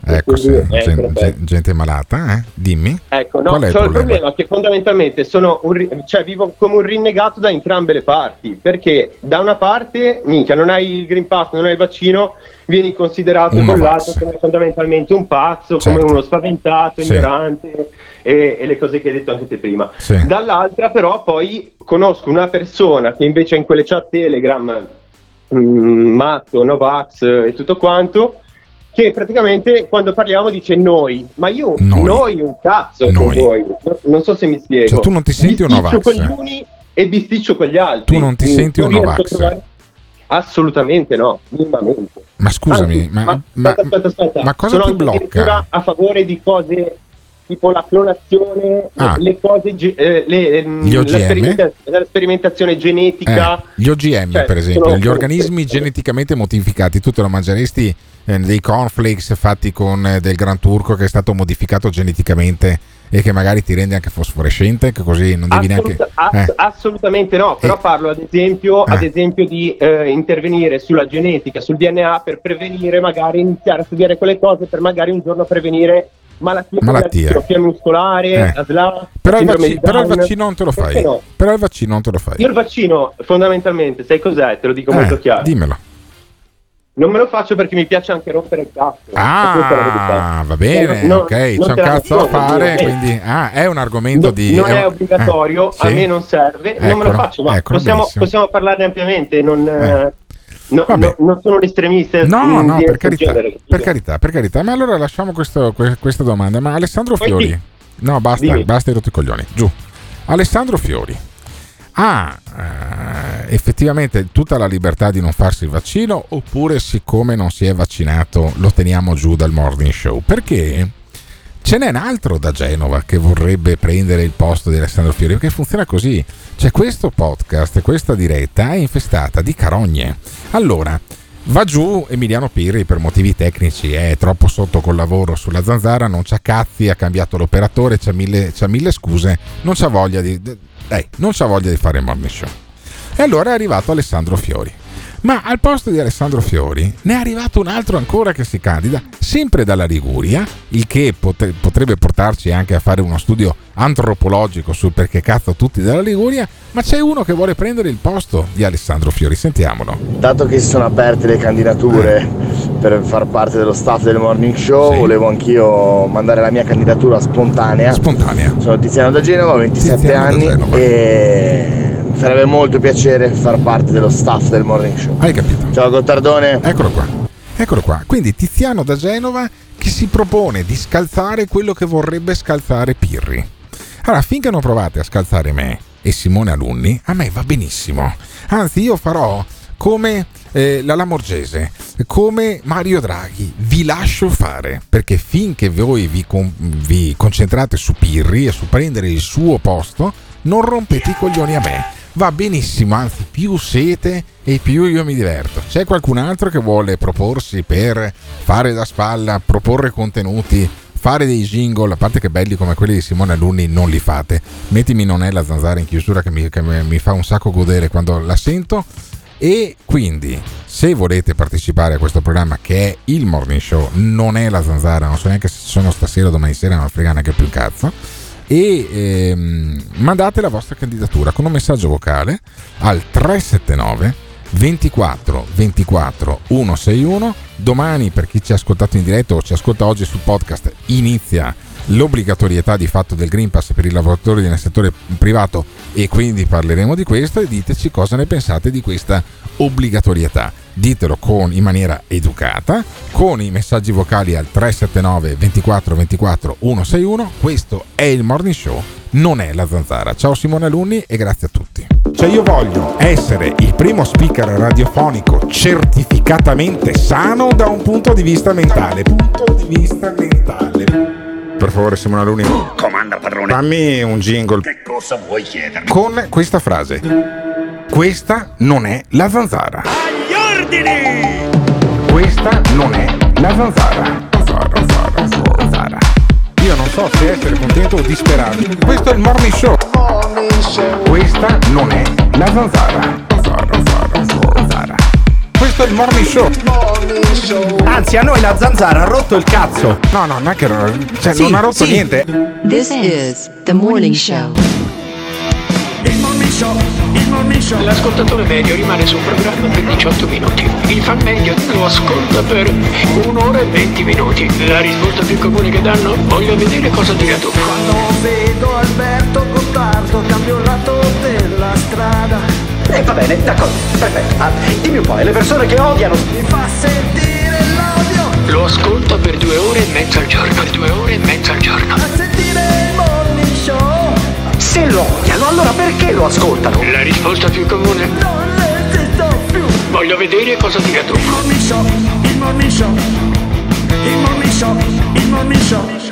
Gente malata, dimmi. Ecco, no, c'è il problema che fondamentalmente vivo come un rinnegato da entrambe le parti, perché da una parte, minchia, non hai il Green Pass, non hai il vaccino, vieni considerato bollato come fondamentalmente un pazzo, come uno spaventato, ignorante e le cose che hai detto anche te prima. Dall'altra però poi conosco una persona che invece in quelle chat Telegram matto, Novax e tutto quanto, che praticamente quando parliamo dice noi, ma io noi un cazzo con voi, non so se mi spiego. Cioè, tu non ti senti un Novax? Bisticcio con gli uni e bisticcio con gli altri. Tu non ti senti un Novax? Assolutamente no, minimamente. Ma scusami, aspetta. Ma cosa ti blocca? A favore di cose tipo la clonazione, le cose, gli OGM? la sperimentazione genetica. Gli OGM, per esempio, gli organismi geneticamente modificati. Tu te lo mangeresti dei cornflakes fatti con del Gran Turco che è stato modificato geneticamente e che magari ti rende anche fosforescente, che così non devi neanche... Assolutamente no, però parlo ad esempio di intervenire sulla genetica, sul DNA per prevenire, magari iniziare a studiare quelle cose per magari un giorno prevenire malattie, atrofia muscolare, ASLA, però il vaccino non te lo fai. No? Però il vaccino non te lo fai. Io il vaccino fondamentalmente, sai cos'è? Te lo dico molto chiaro. Dimmelo. Non me lo faccio perché mi piace anche rompere il cazzo. Va bene, ok, c'è un cazzo da fare, quindi è un argomento non è obbligatorio, a me non serve, non me lo faccio, ma possiamo parlarne ampiamente, non sono un estremista. No, per carità, ma allora lasciamo questa domanda. Ma Alessandro Fiori, no, basta, hai rotto i coglioni, giù. Alessandro Fiori, ha effettivamente tutta la libertà di non farsi il vaccino, oppure siccome non si è vaccinato lo teniamo giù dal morning show? Perché ce n'è un altro da Genova che vorrebbe prendere il posto di Alessandro Fiori, perché funziona così, cioè questo podcast, questa diretta è infestata di carogne. Allora va giù Emiliano Pirri per motivi tecnici, è troppo sotto col lavoro sulla Zanzara, non c'ha cazzi, ha cambiato l'operatore, c'ha mille scuse, non c'ha voglia di fare il morning show. E allora è arrivato Alessandro Fiori. Ma al posto di Alessandro Fiori ne è arrivato un altro ancora che si candida, sempre dalla Liguria, il che potrebbe portarci anche a fare uno studio antropologico sul perché cazzo tutti dalla Liguria, ma c'è uno che vuole prendere il posto di Alessandro Fiori, sentiamolo. Dato che si sono aperte le candidature per far parte dello staff del Morning Show, volevo anch'io mandare la mia candidatura spontanea. Sono Tiziano da Genova, ho 27 anni e sarebbe molto piacere far parte dello staff del Morning Show. Hai capito? Ciao Gottardone. Eccolo qua. Quindi Tiziano da Genova che si propone di scalzare quello che vorrebbe scalzare Pirri. Allora, finché non provate a scalzare me e Simone Alunni, a me va benissimo. Anzi, io farò come la Lamorgese, come Mario Draghi, vi lascio fare, perché finché voi vi concentrate su Pirri e su prendere il suo posto, non rompete i coglioni a me. Va benissimo, anzi più siete e più io mi diverto. C'è qualcun altro che vuole proporsi per fare da spalla, proporre contenuti, fare dei jingle, a parte che belli come quelli di Simone Alunni non li fate. Mettimi Non è la Zanzara in chiusura che mi fa un sacco godere quando la sento. E quindi se volete partecipare a questo programma che è il Morning Show, Non è la Zanzara, non so neanche se sono stasera o domani sera, non frega neanche più un cazzo, e mandate la vostra candidatura con un messaggio vocale al 379 24 24 161. Domani, per chi ci ha ascoltato in diretto o ci ascolta oggi sul podcast, inizia l'obbligatorietà di fatto del Green Pass per i lavoratori nel settore privato e quindi parleremo di questo e diteci cosa ne pensate di questa obbligatorietà. Ditelo in maniera educata, con i messaggi vocali al 379 24 24 161. Questo è il Morning Show, non è la Zanzara. Ciao Simone Alunni e grazie a tutti. Cioè io voglio essere il primo speaker radiofonico certificatamente sano da un punto di vista mentale. Per favore Simone Alunni, Comanda padrone. fammi un jingle. Che cosa vuoi chiedermi? Con questa frase: questa non è la Zanzara. Agli ordini! Questa non è la Zanzara. Zanzara. Io non so se essere contento o disperato. Questo è il Morning Show. Questa non è la Zanzara. Zanzara. Questo è il Morning Show. Anzi, a noi la Zanzara ha rotto il cazzo. No, non è che non ha rotto niente. This is the morning show. Il Morning Show. L'ascoltatore medio rimane sul programma per 18 minuti. Il fan medio lo ascolta per 1 ora e 20 minuti. La risposta più comune che danno: voglio vedere cosa dirà tu. Quando vedo Alberto Gottardo cambio il lato della strada. Va bene, d'accordo, perfetto. Dimmi un po', le persone che odiano Mi fa sentire l'odio. Lo ascolta per 2 ore e mezza al giorno. A sentire il Morning Show. Se lo odiano, allora perché lo ascoltano? La risposta più comune: non esisto più. voglio vedere cosa dirà tu. Il Morning Show. Il Morning Show. Il Morning Show. Il Morning Show.